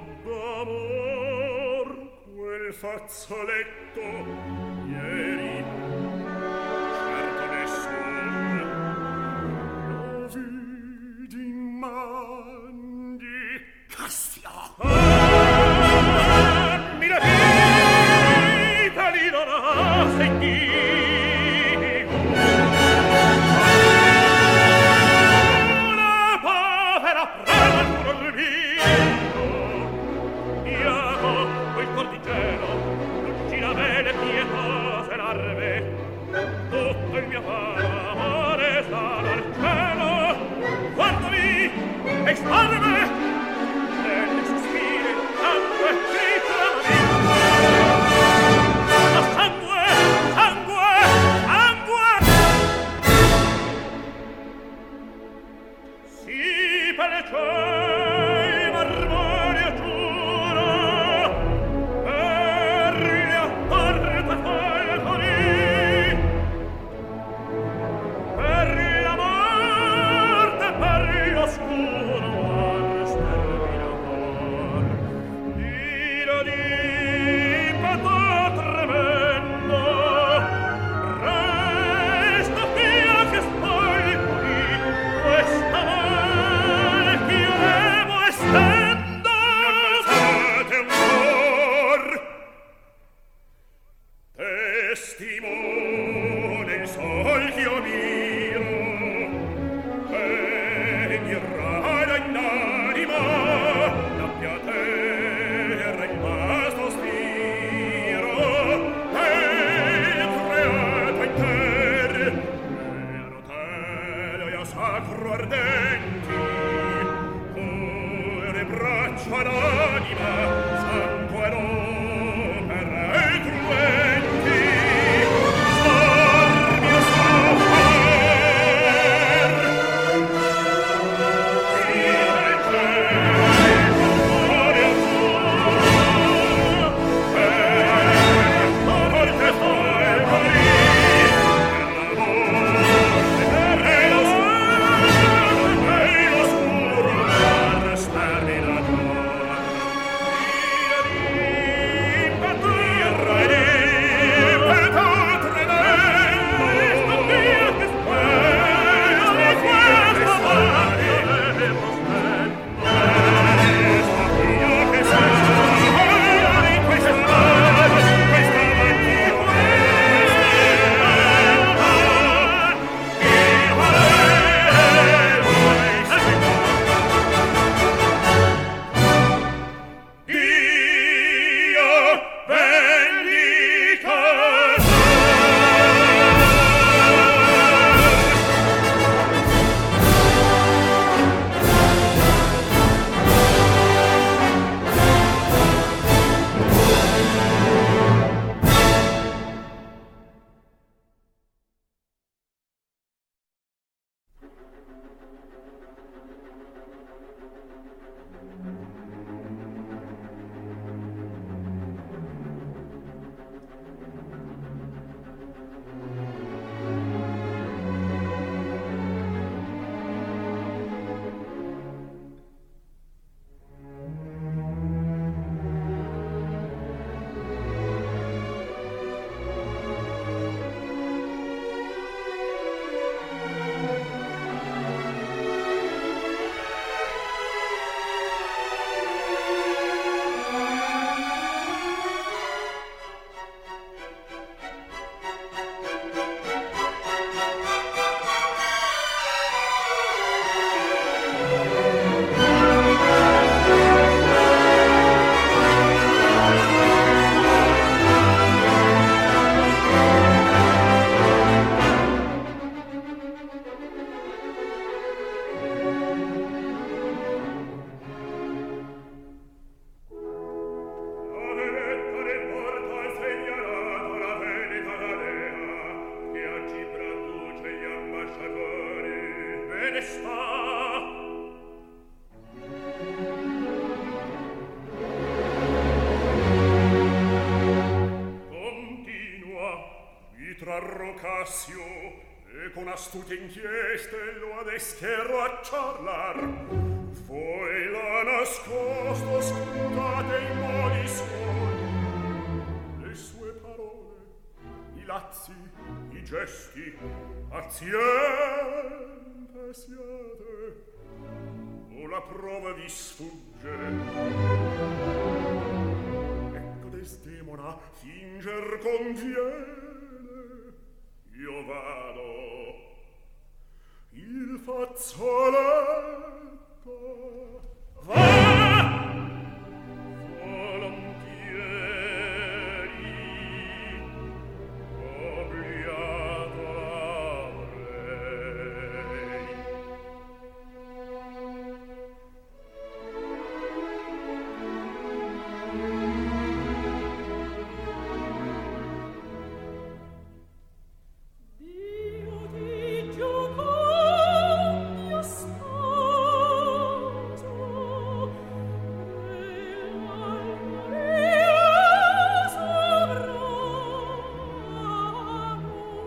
d'amor quel fazzoletto ieri certo nessun lo vidi in man di Cassio. Ah, mi la vita li dona sentivo una povera preda al muro olvido Iago, quel cortigiano non gira bene pietose larve tutto il mio amore sta dal cielo guardami e starme nelle sospiri sangue gritami ma sangue sangue sangue si per le cieli marmori giuro per gli apporte folgori per la morte per l'oscuro sterminamor ira di impeto tremendo resta via che spogli questa mano che io devo estendo non un amor testimone il sol che io miro e mi rara in anima la piaterra in vasto spiro e creato in terra e a rotelle e a sacro ardenti cuore braccia l'anima sangue l'opera e cruenti stormi e soffre trarrò Cassio e con astute inchieste lo adescherò a ciarlar. Foi la nascosto scrutate in modi suoi, le sue parole, i lazzi, i gesti, aziente siate, o la prova vi sfugge. Ecco Desdemona finger conviene, io vado, il fazzoletto va volontieri, obliato l'avrei. Dio ti giudica mio sposo, e l'almorea sovrano.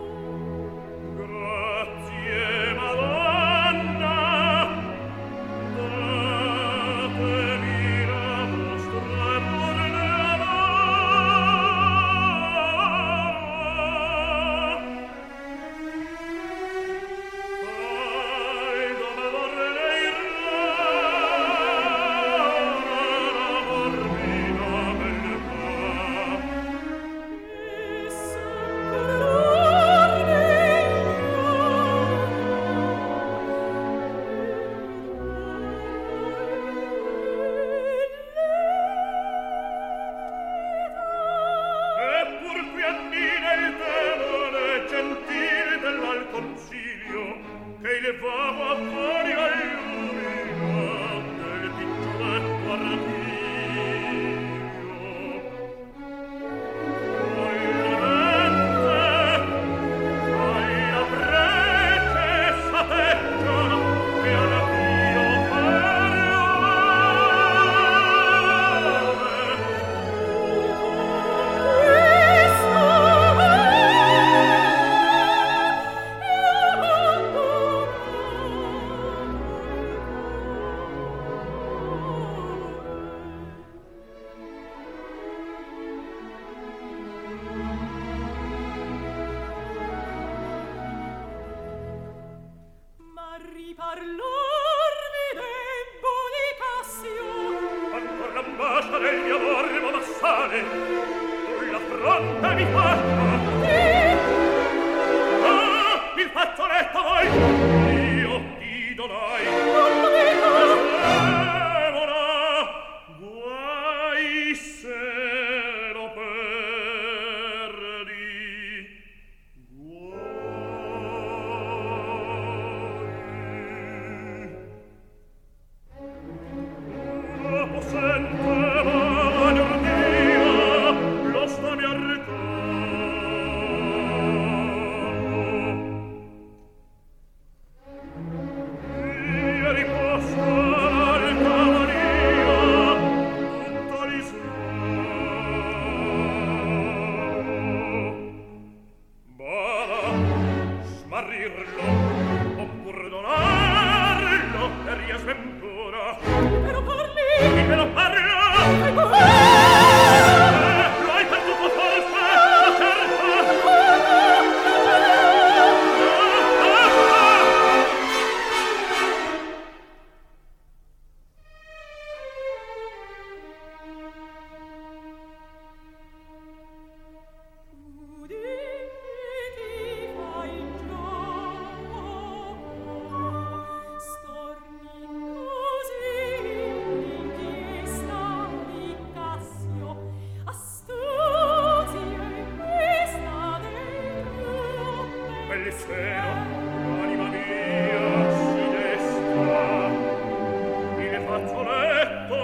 Grazie, Madonna, datemi la vostra buona Aldo me vorrei rara morbida beltà. E Eppur qui a dire il demone gentile dell'al consiglio, che elevava a fuori all'umina del piccioletto artiglio. Follemente, alla prece s'atteggiano e alla Dio ma riparlarvi debbo di Cassio. ancor l'ambascia del mio amore momassare, sulla fronte mi faccia. Ah, il fazzoletto voi, io ti donai. Non lo dico. Desdemona, guai se lo perdi. Guai. La possente manordia, lo sta mi arrecando. Io riposto all'alta Maria, tutta di Bada, smarrirlo, oppur donarlo per mia sventura. Però parli. Chi me lo parla? Ecco. Eh, lo hai perduto forse? Ma certo! Uditi fai gioco, storni così l'inchiesta di Cassio, astuzia e questa del truppe. Bellissimo, anima mia, si desta, il fazzoletto,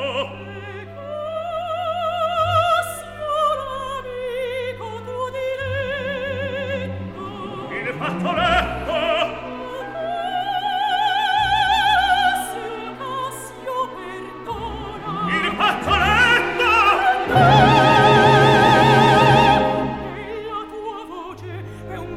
Cassio l'amico tu diletto, il fazzoletto, Cassio, Cassio perdona, il fazzoletto! e la tua voce è un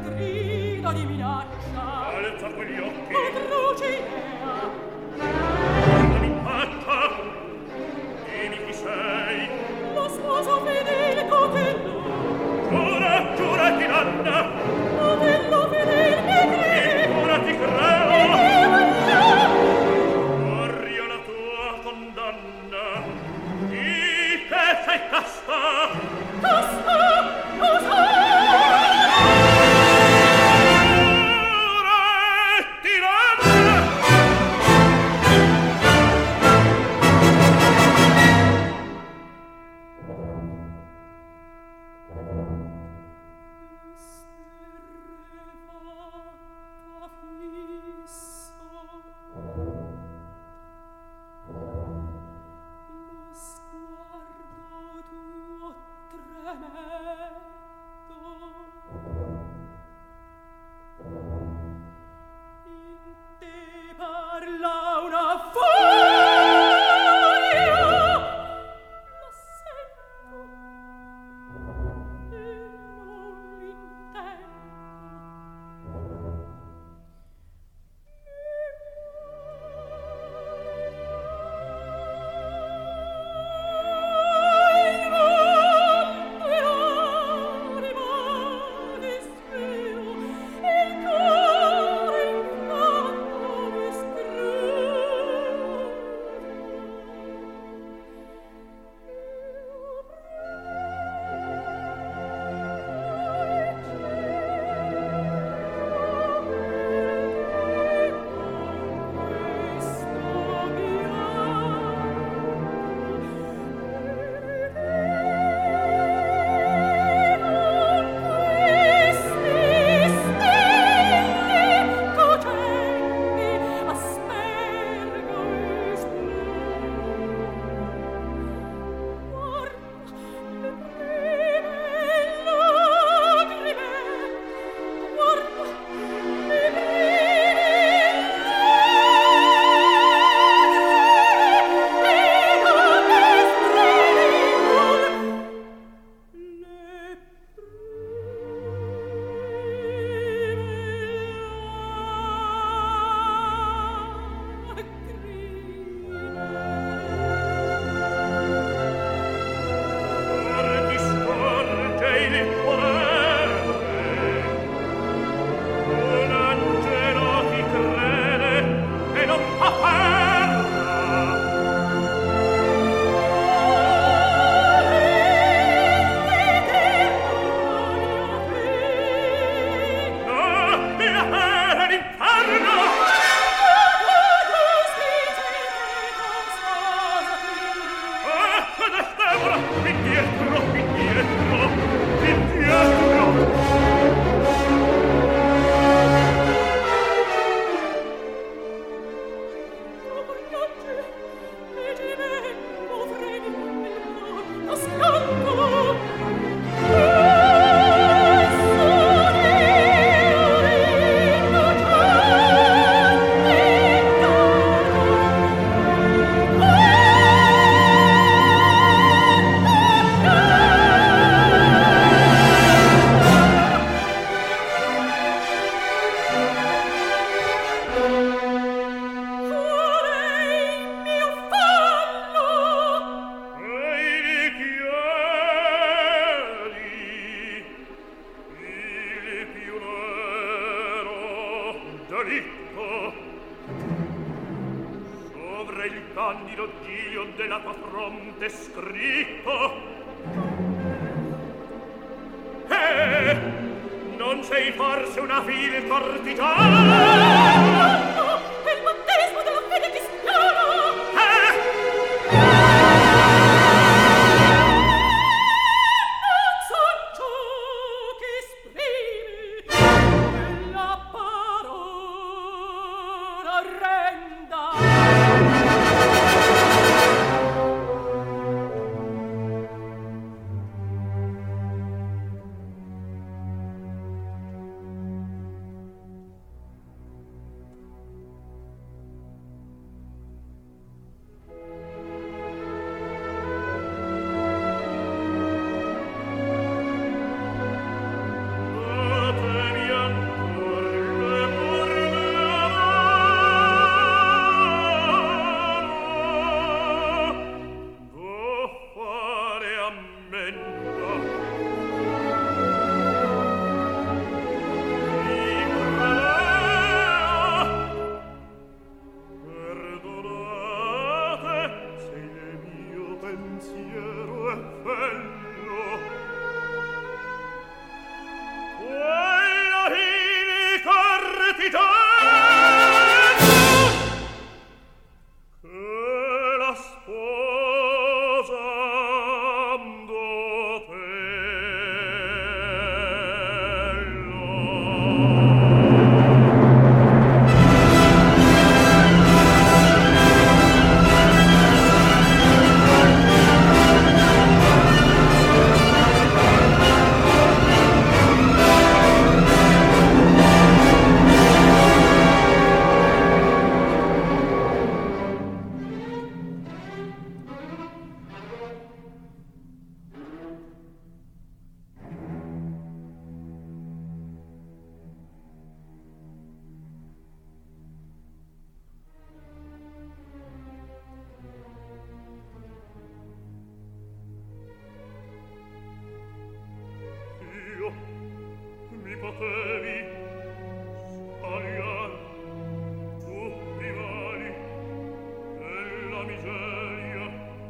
potevi sbagliar tutti i mali e la miseria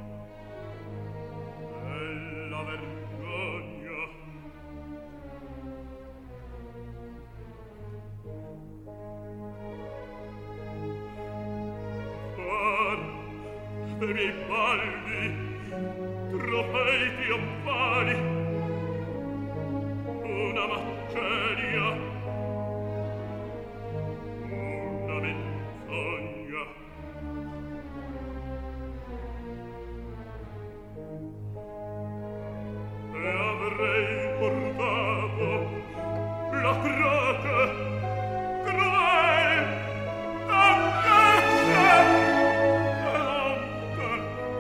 e la vergogna. Far dei miei palli trofei trionfali una maceria, una menzogna. E avrei portato la croce cruel, angoscia e l'onta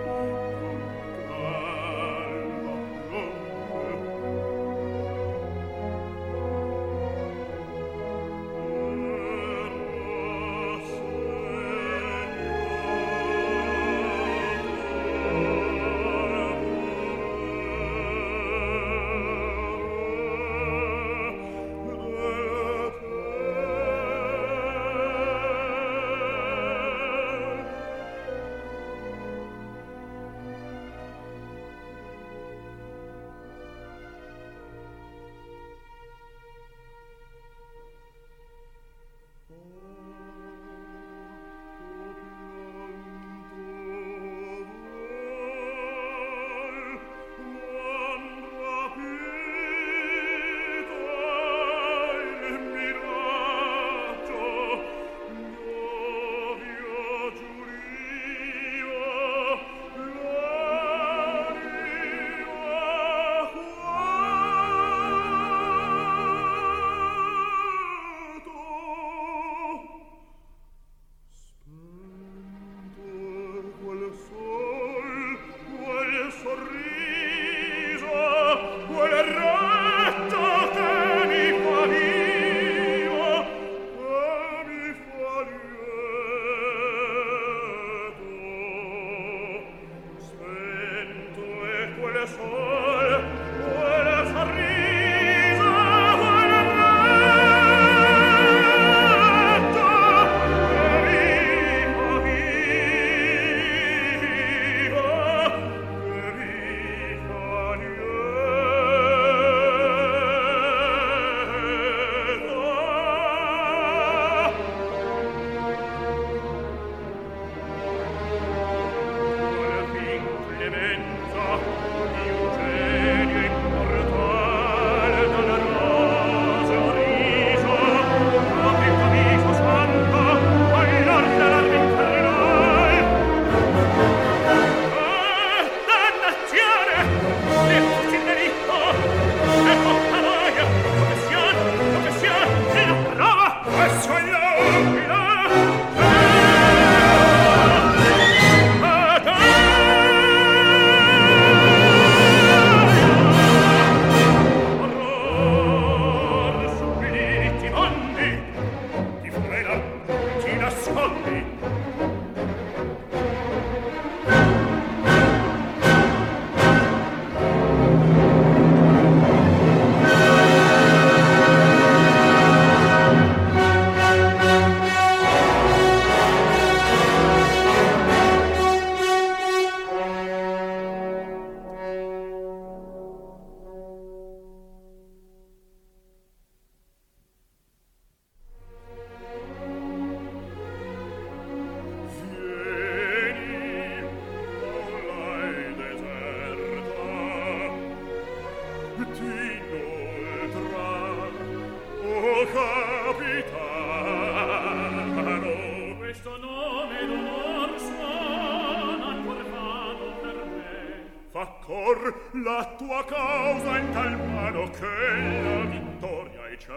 la tua causa in tal mano che la vittoria è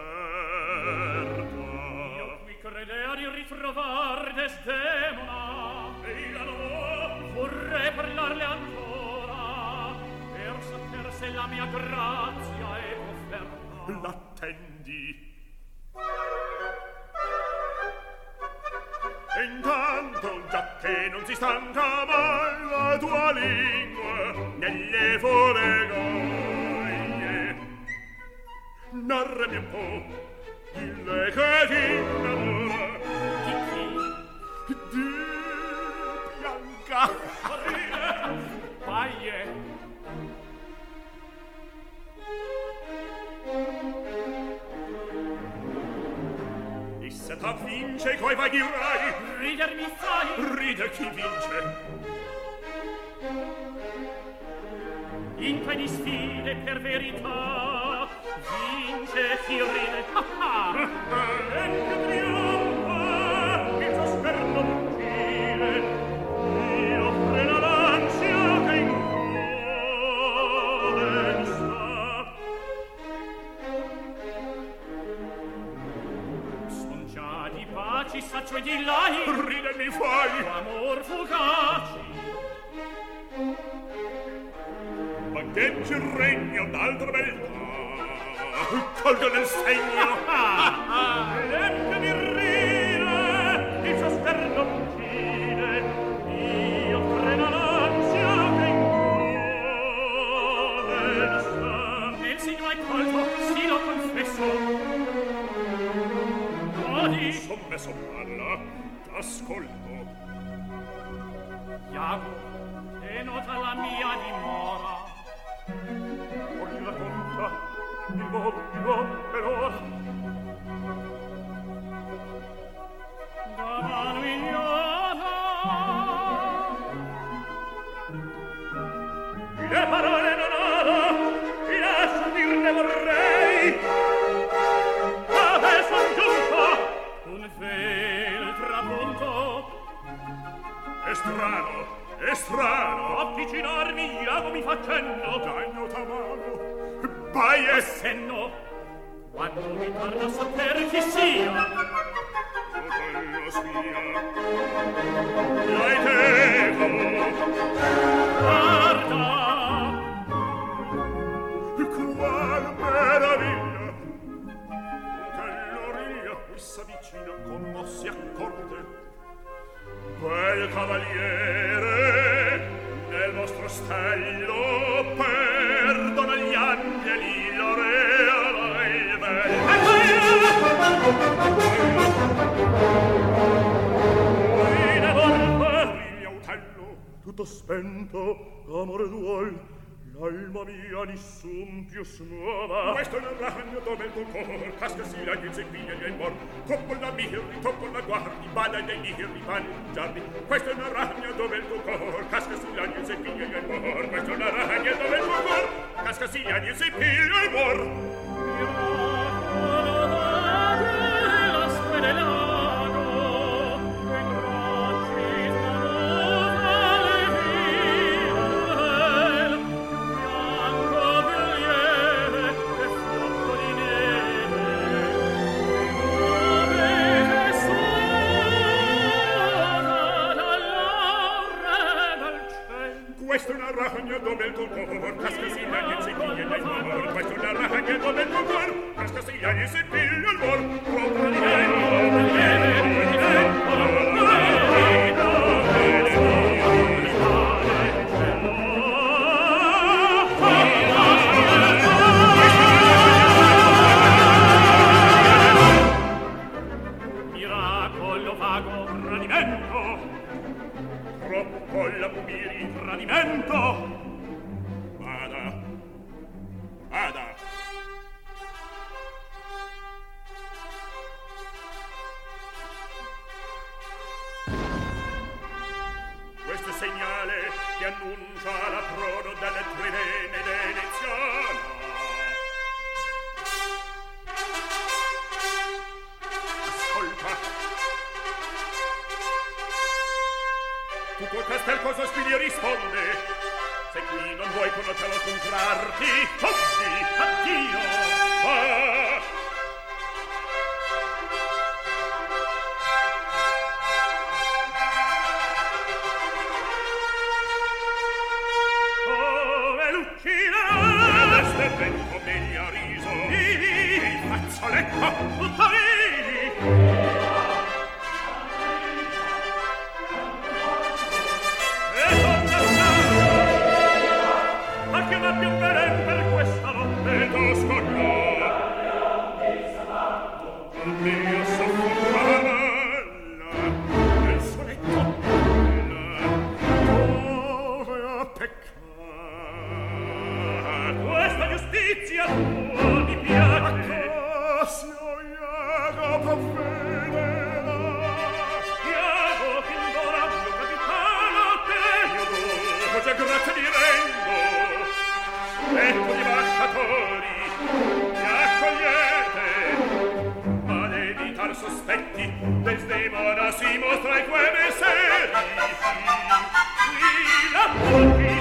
certa. Io qui credea di ritrovar Desdemona e la no vorrei parlarle ancora per saper se la mia grazia è offerta. L'attendi. E intanto, già che non si stanca mai la tua lingua nelle folegaglie, narrami un po', dille che ti innamora. Di chi? Di Bianca. Paie. E se t'avvince coi vai dirai, Rider mi fai. ride chi vince. In quelle sfide per verità vince chi ride. Ah ah. E che trionfa il suo sperno fuggire, io frena l'ansia che in cuore sta. Son già di paci saccio e di lai, Ride mi fai, amor fugaci. vagheggi il regno d'altra beltà, colgo nel segno. E che mi ride il suo sperno fuggire, io frena l'ansia che in cuore sta. Nel segno hai colto, sì lo confesso. Odi, Son messo parla, t'ascolto. Iago, che nota la mia dimora. Ogni la conta, il mo, il mo, per ora. Da mano ignota. Le parole non ho, ti lascio dir ne vorrei. Ave son giunto, un vel trapunto. È strano, è strano. Avvicinarmi, Iago mi facendo. Dagno t'amano, vai e Senno, quando mi torna a sapere chi sia. lo spia. Dai teco, Guarda, qual meraviglia. Fratello qui s'avvicina con mossi accorte. Quel cavaliere nel vostro stello perdona gli angeli l'aurea il bel. Tutto spento, amore duol, l'alma mia nessun più smuova. Questo è il ragno dove il tuo cor casca si la gli zepiglia e il mor. Troppo la mirri, troppo la guardi, bada dei mirri mangiardi. Questo è il ragno dove il tuo cor casca si la gli zepiglia e il mor. Questo è il ragno dove il tuo cor casca si la gli zepiglia e il mor. la squadra lago, e gracci smanuta le ville, bianco bielieve e fuoco di neve, nave suona dall'aura dal cielo. Questo è una ragna dove il tuo cor casca si la gli zepiglia e il mor. Questo è una ragna dove il tuo cor casca si la gli zepiglia e il mor. Proprio di Miracolo vago, tradimento, troppo la miri. tradimento. Vada, vada. Questo è segnale che annuncia l'approdo delle trivene veneziana. Ascolta. Tutto il castel cosa spigli risponde? Se qui non vuoi con te incontrarti, oggi addio. Va. Come l'uccide? Questo è ben come gli ha riso. Vivi, il fazzoletto, tutto vivi. E donna sta, ma che non abbia un belen per questa notte. E tu scoglio. mio soffocava nel soletto dove a peccato questa giustizia tua mi piace. Cassio Iago provvederà. Iago che indora mio capitano te Io dopo già grazie di rendo. Ecco di ambasciatori mi accogliete, ma d'evitar sospetti Desdemona si mostra i quei messeri. qui la tutti.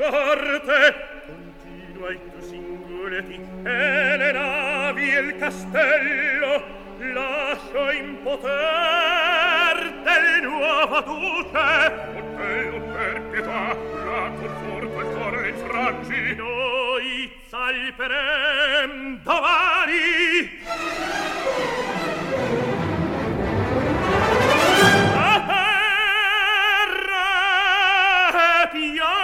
corte continua i tuoi singoleti e le navi e il castello lascio in poter del nuovo duce. Otello, per pietà, la conforto il cuore le infrangi, noi salperem domani. A terra piangi.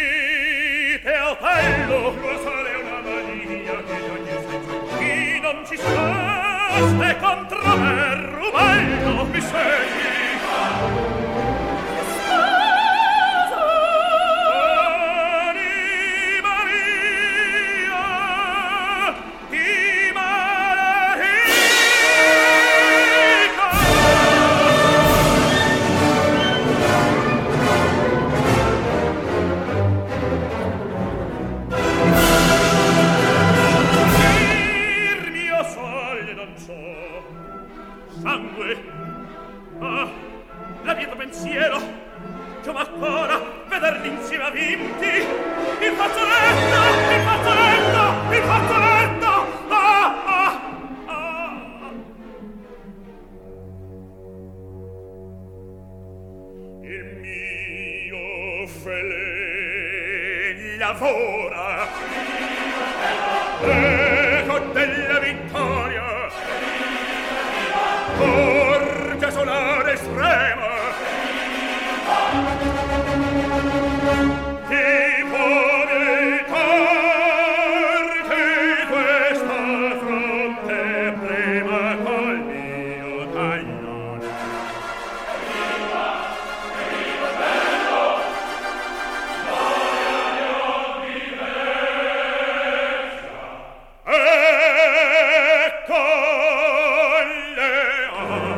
dite Otello, lo sale una mania che da chi senza chi non ci staste contro me, Ruballo, mi segui. Sangue, ah, la mia pensiero, che m'ancora vederli insieme vinti, il fazzoletto, il fazzoletto, il fazzoletto, ah, ah, ah. Il mio fele lavora, eco della vittoria, forgia solare estrema, ti può evitar che questa fronte prema col mio taglione. Viva, viva bello, gloria di ogni vezza, ecco le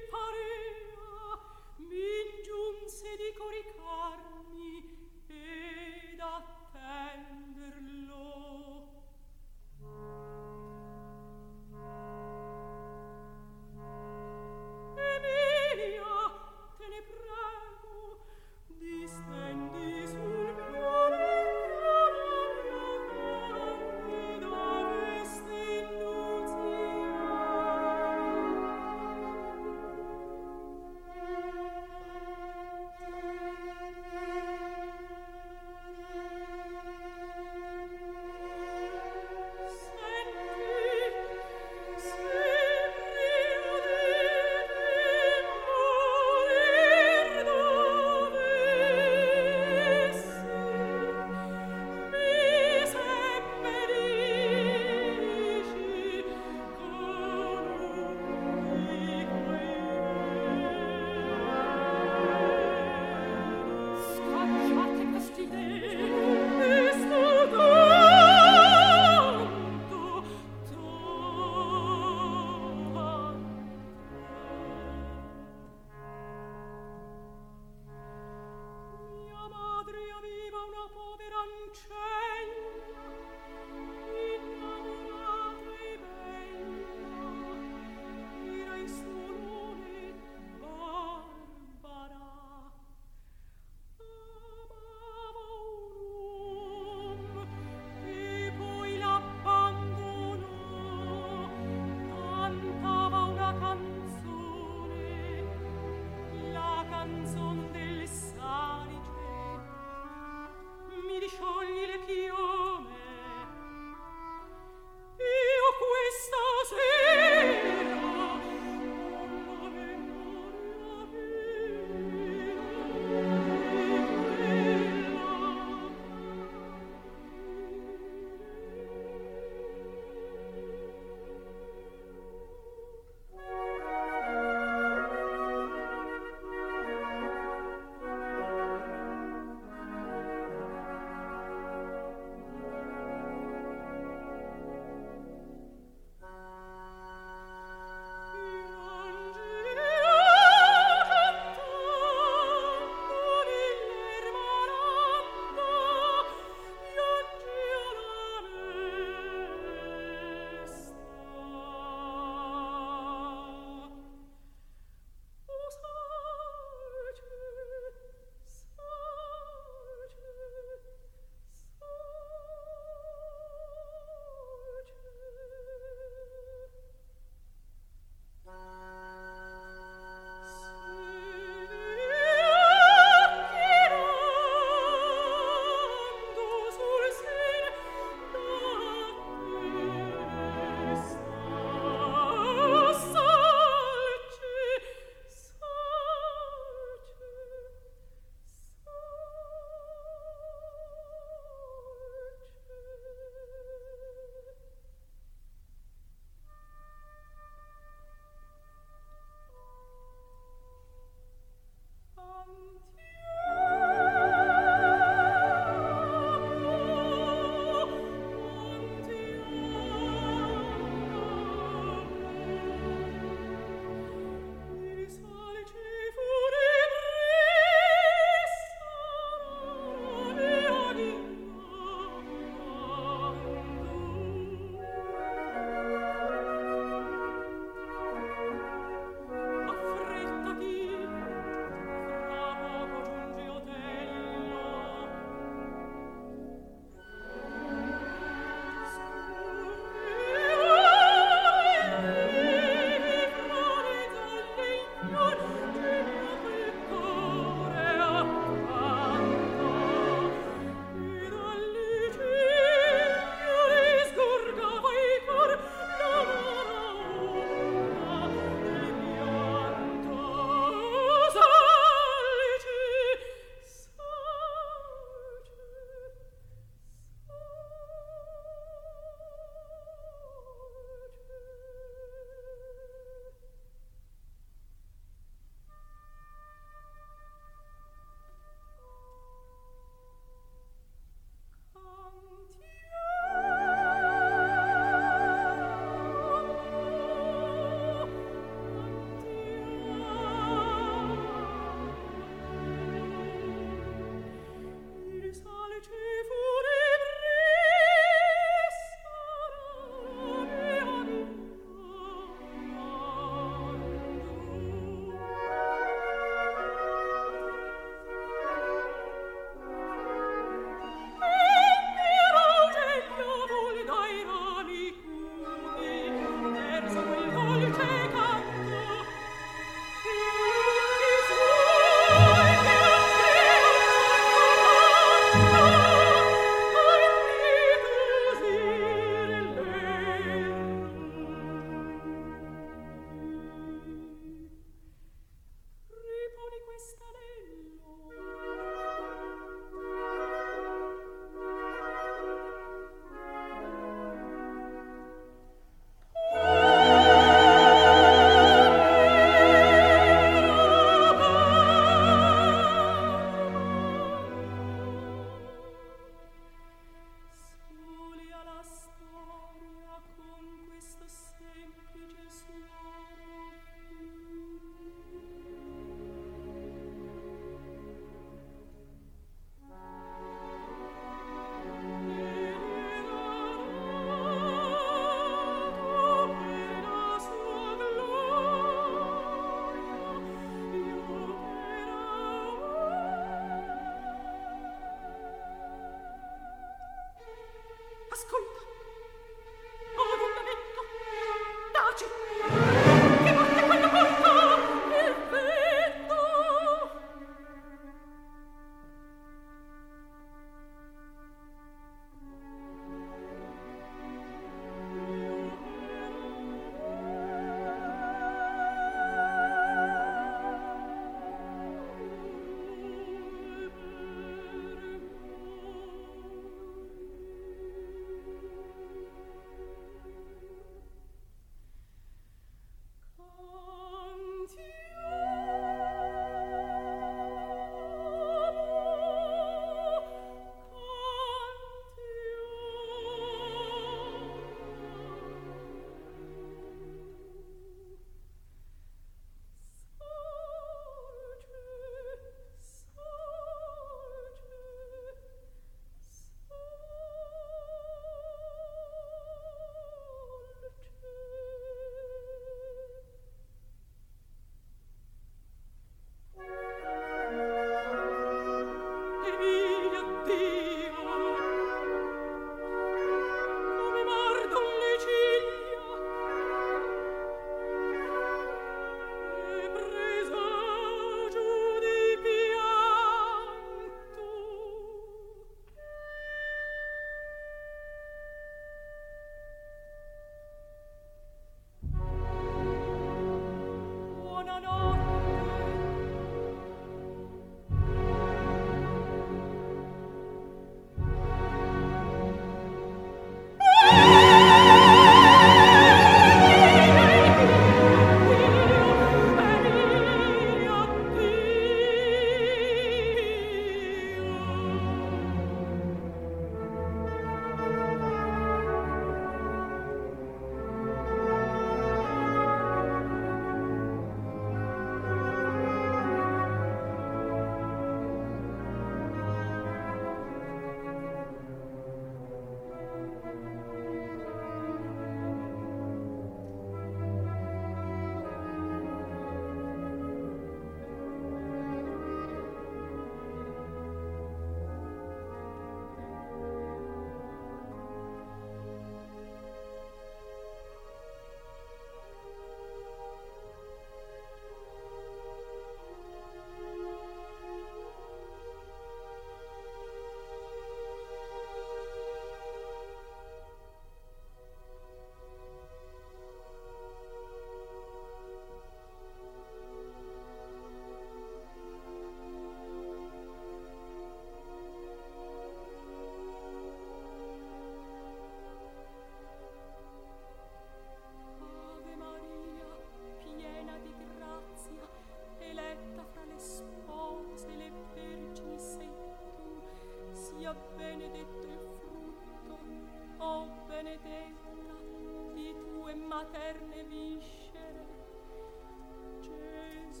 materne viscere. Gesù,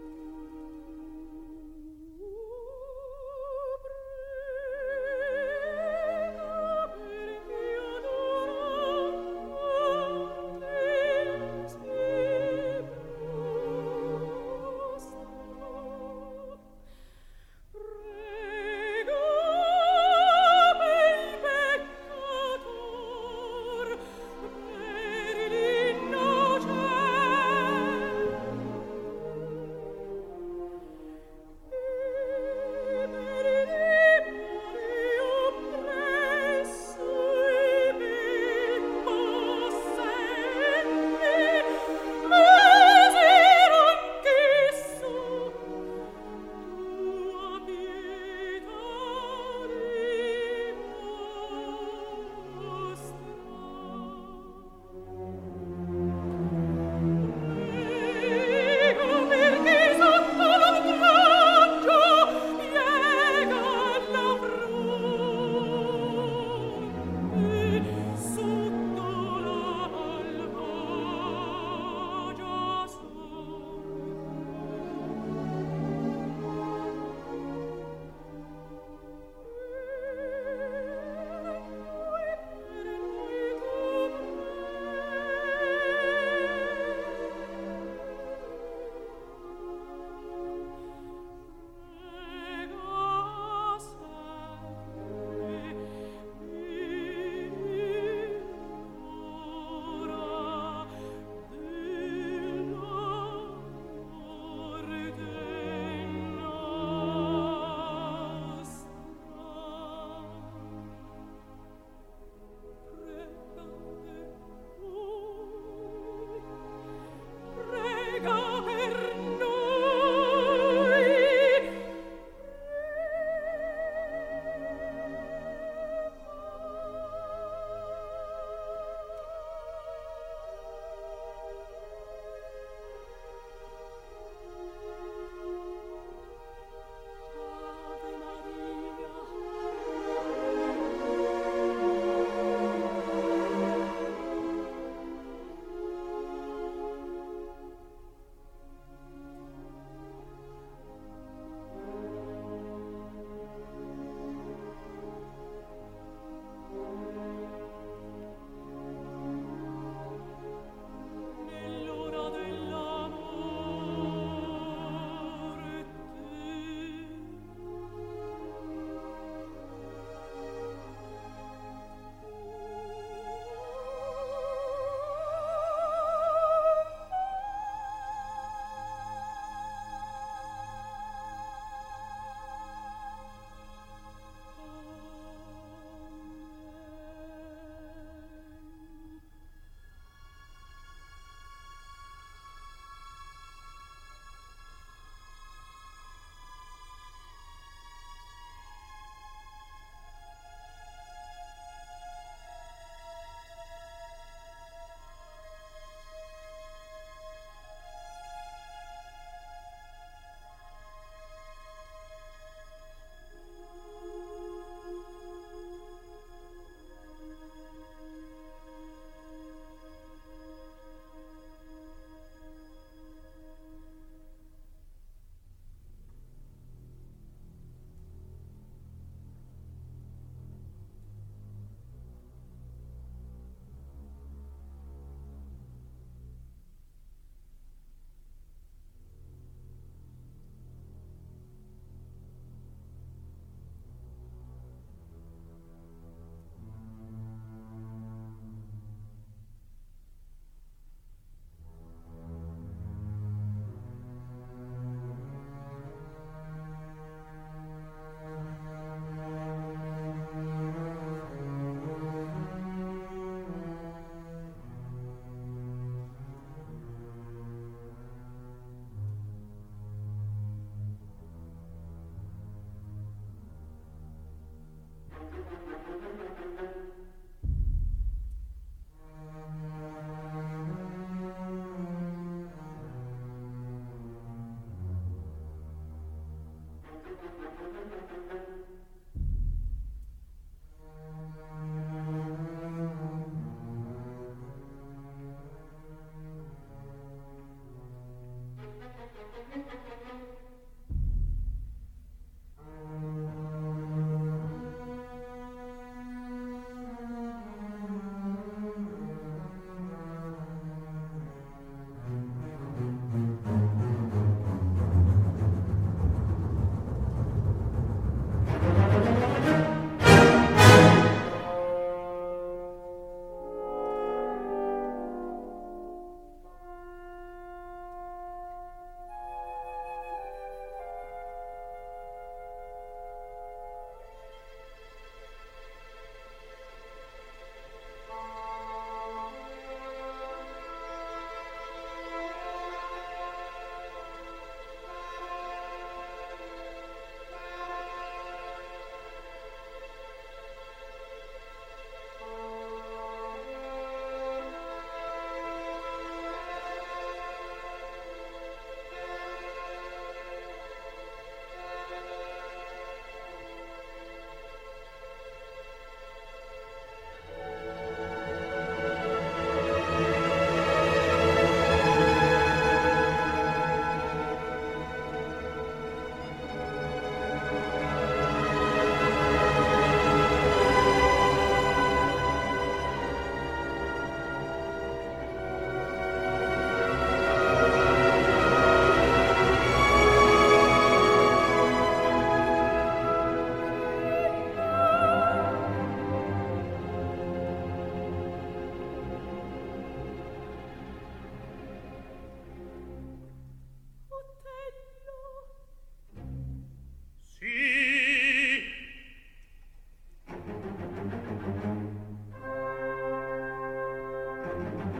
prega perché adorante si prostra. Prega per il peccator, per l'innocente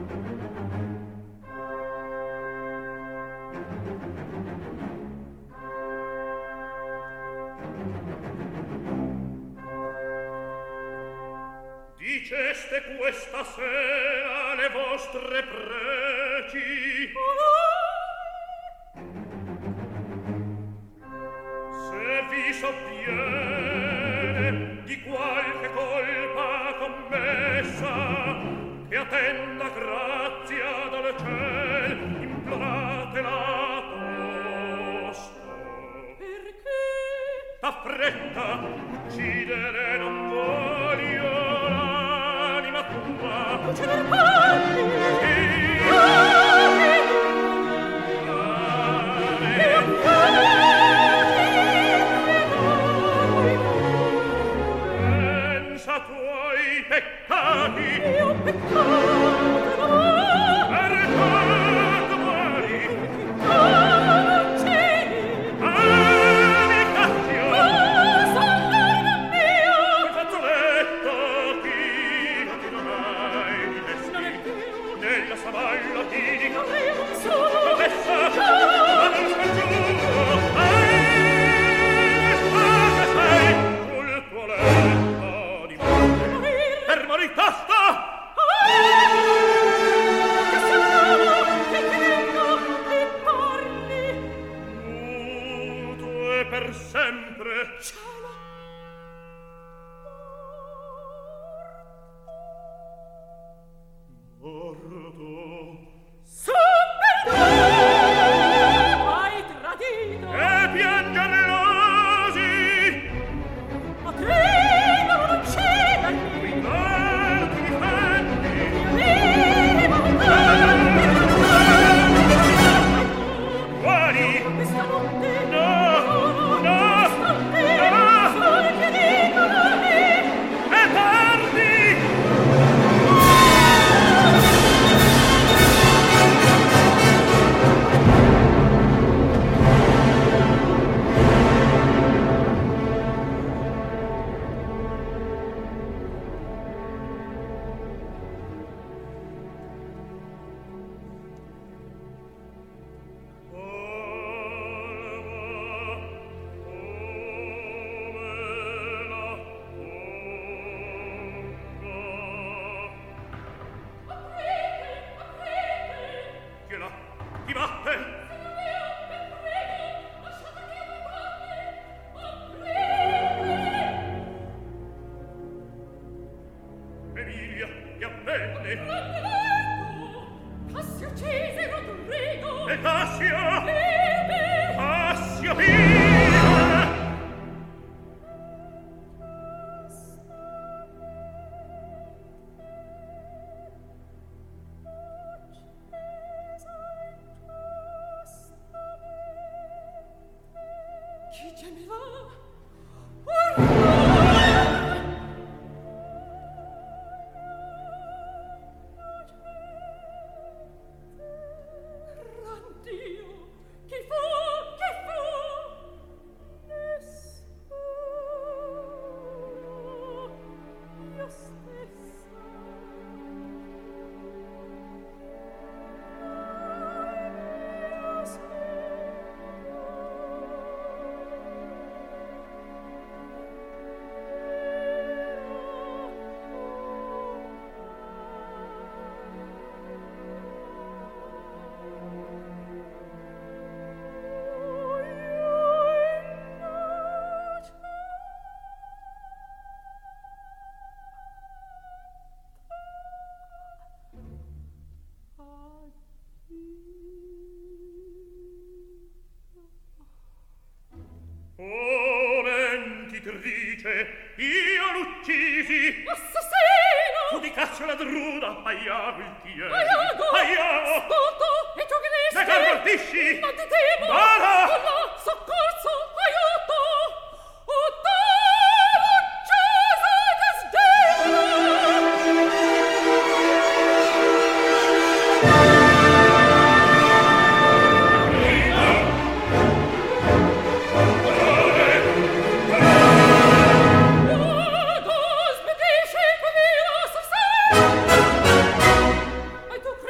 Diceste questa sera le vostre preci. Se vi sovviene di qualche colpa commessa, che attenda grazia dal ciel, imploratela tosto. Perché? Da fretta uccidere non voglio l'anima tua. Uccidere parli! Sì. Pensa tu ai peccati. Io peccato Per quanto muori. non uccidi! Ami Cassio. Oh, son l'anima mia! Quel fazzoletto chi non ti domai di Non è vestì. vero! Nella savalla ti dico. Non è un solo! Adesso, Già! ma non scongiuro. Ehi, cosa sei? Sul tuo letto di morte. Morire! Per morir tosto. Che sono, che credo, e parli! Muto e per sempre. Cielo! Morto. Subito! Hai tradito! E piangerelosi. Ma te non uccidermi! Non ti difendi. Vivo! Guardi. Questa notte! No, no, Stanotte! no. Sole che dicono me! È tardi. Chi è là? Chi batte? Emilia, ti avvenne? Cassio uccise Rodrigo! E Cassio? Vive! Cassio vive! Chi gemerà? Orrore! Gran Dio! Chi fu? Chi fu? Nessuno! Io stessa! Io Oh, mentitrice, io l'uccisi! Assassino! Fu di Cassio ladruda, aiavo il tiero! Aiago! Aiavo! Spoto! E tu che Ne carpartisci? Non ti temo! Bada! Oh no! Soccorso! Aiuto! Oh, te l'uccisa!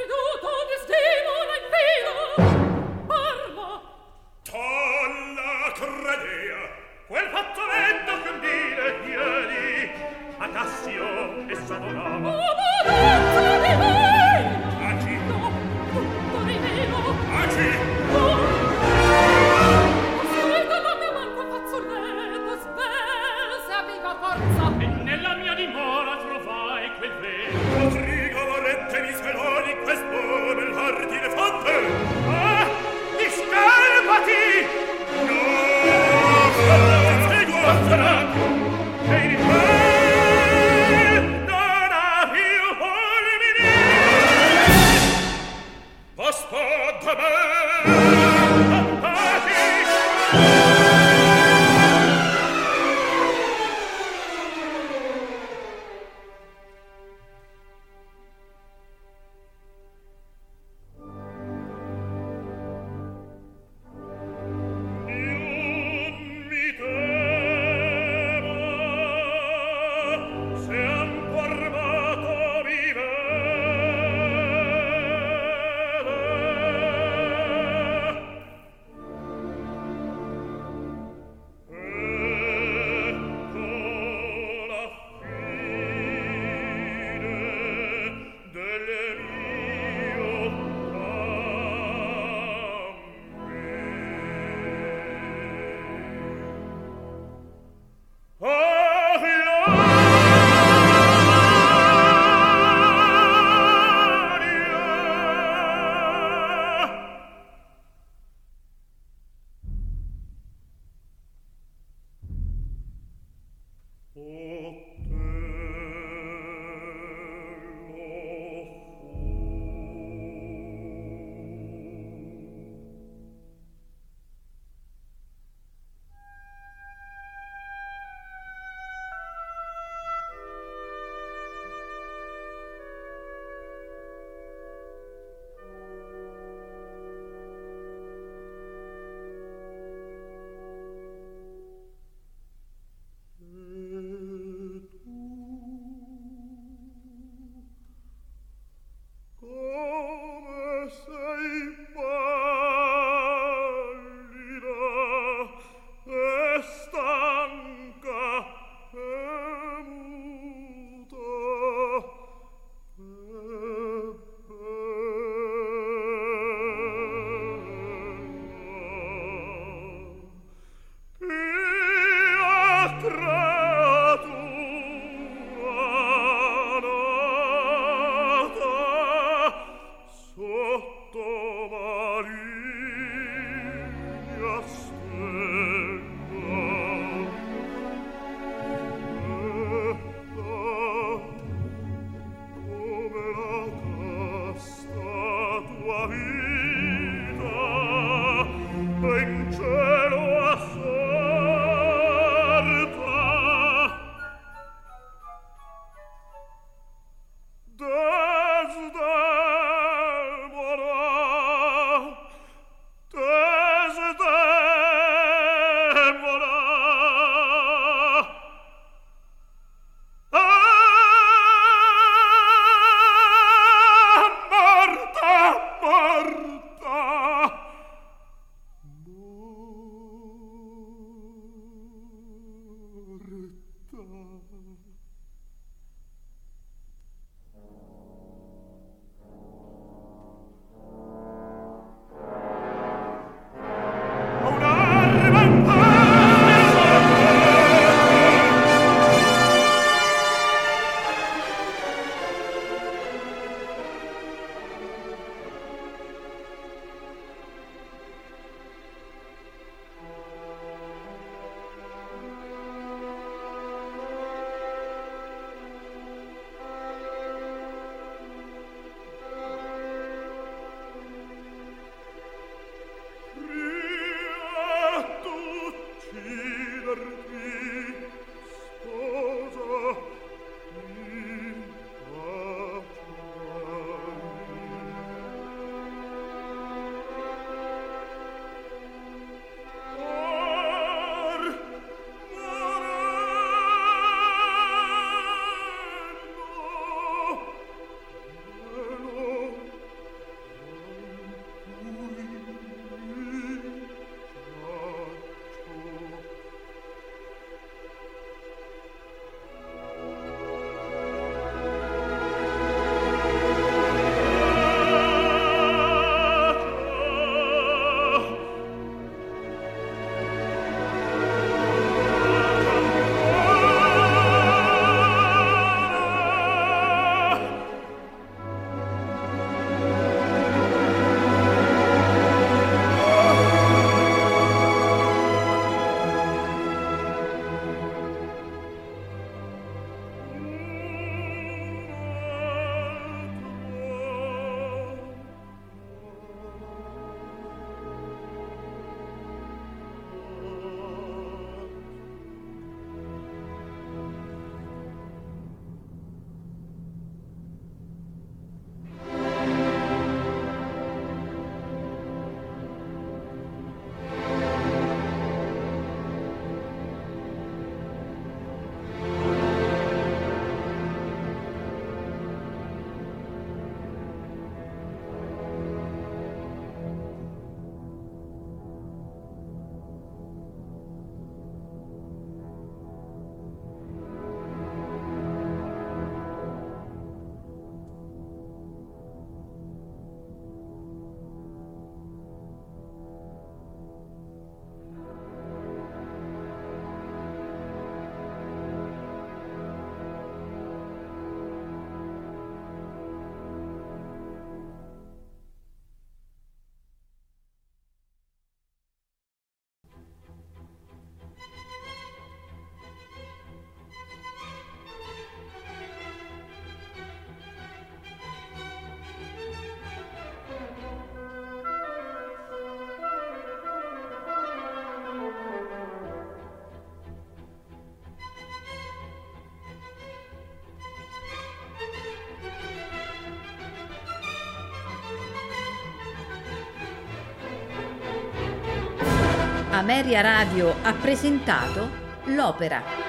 Ameria Radio ha presentato L'Opera.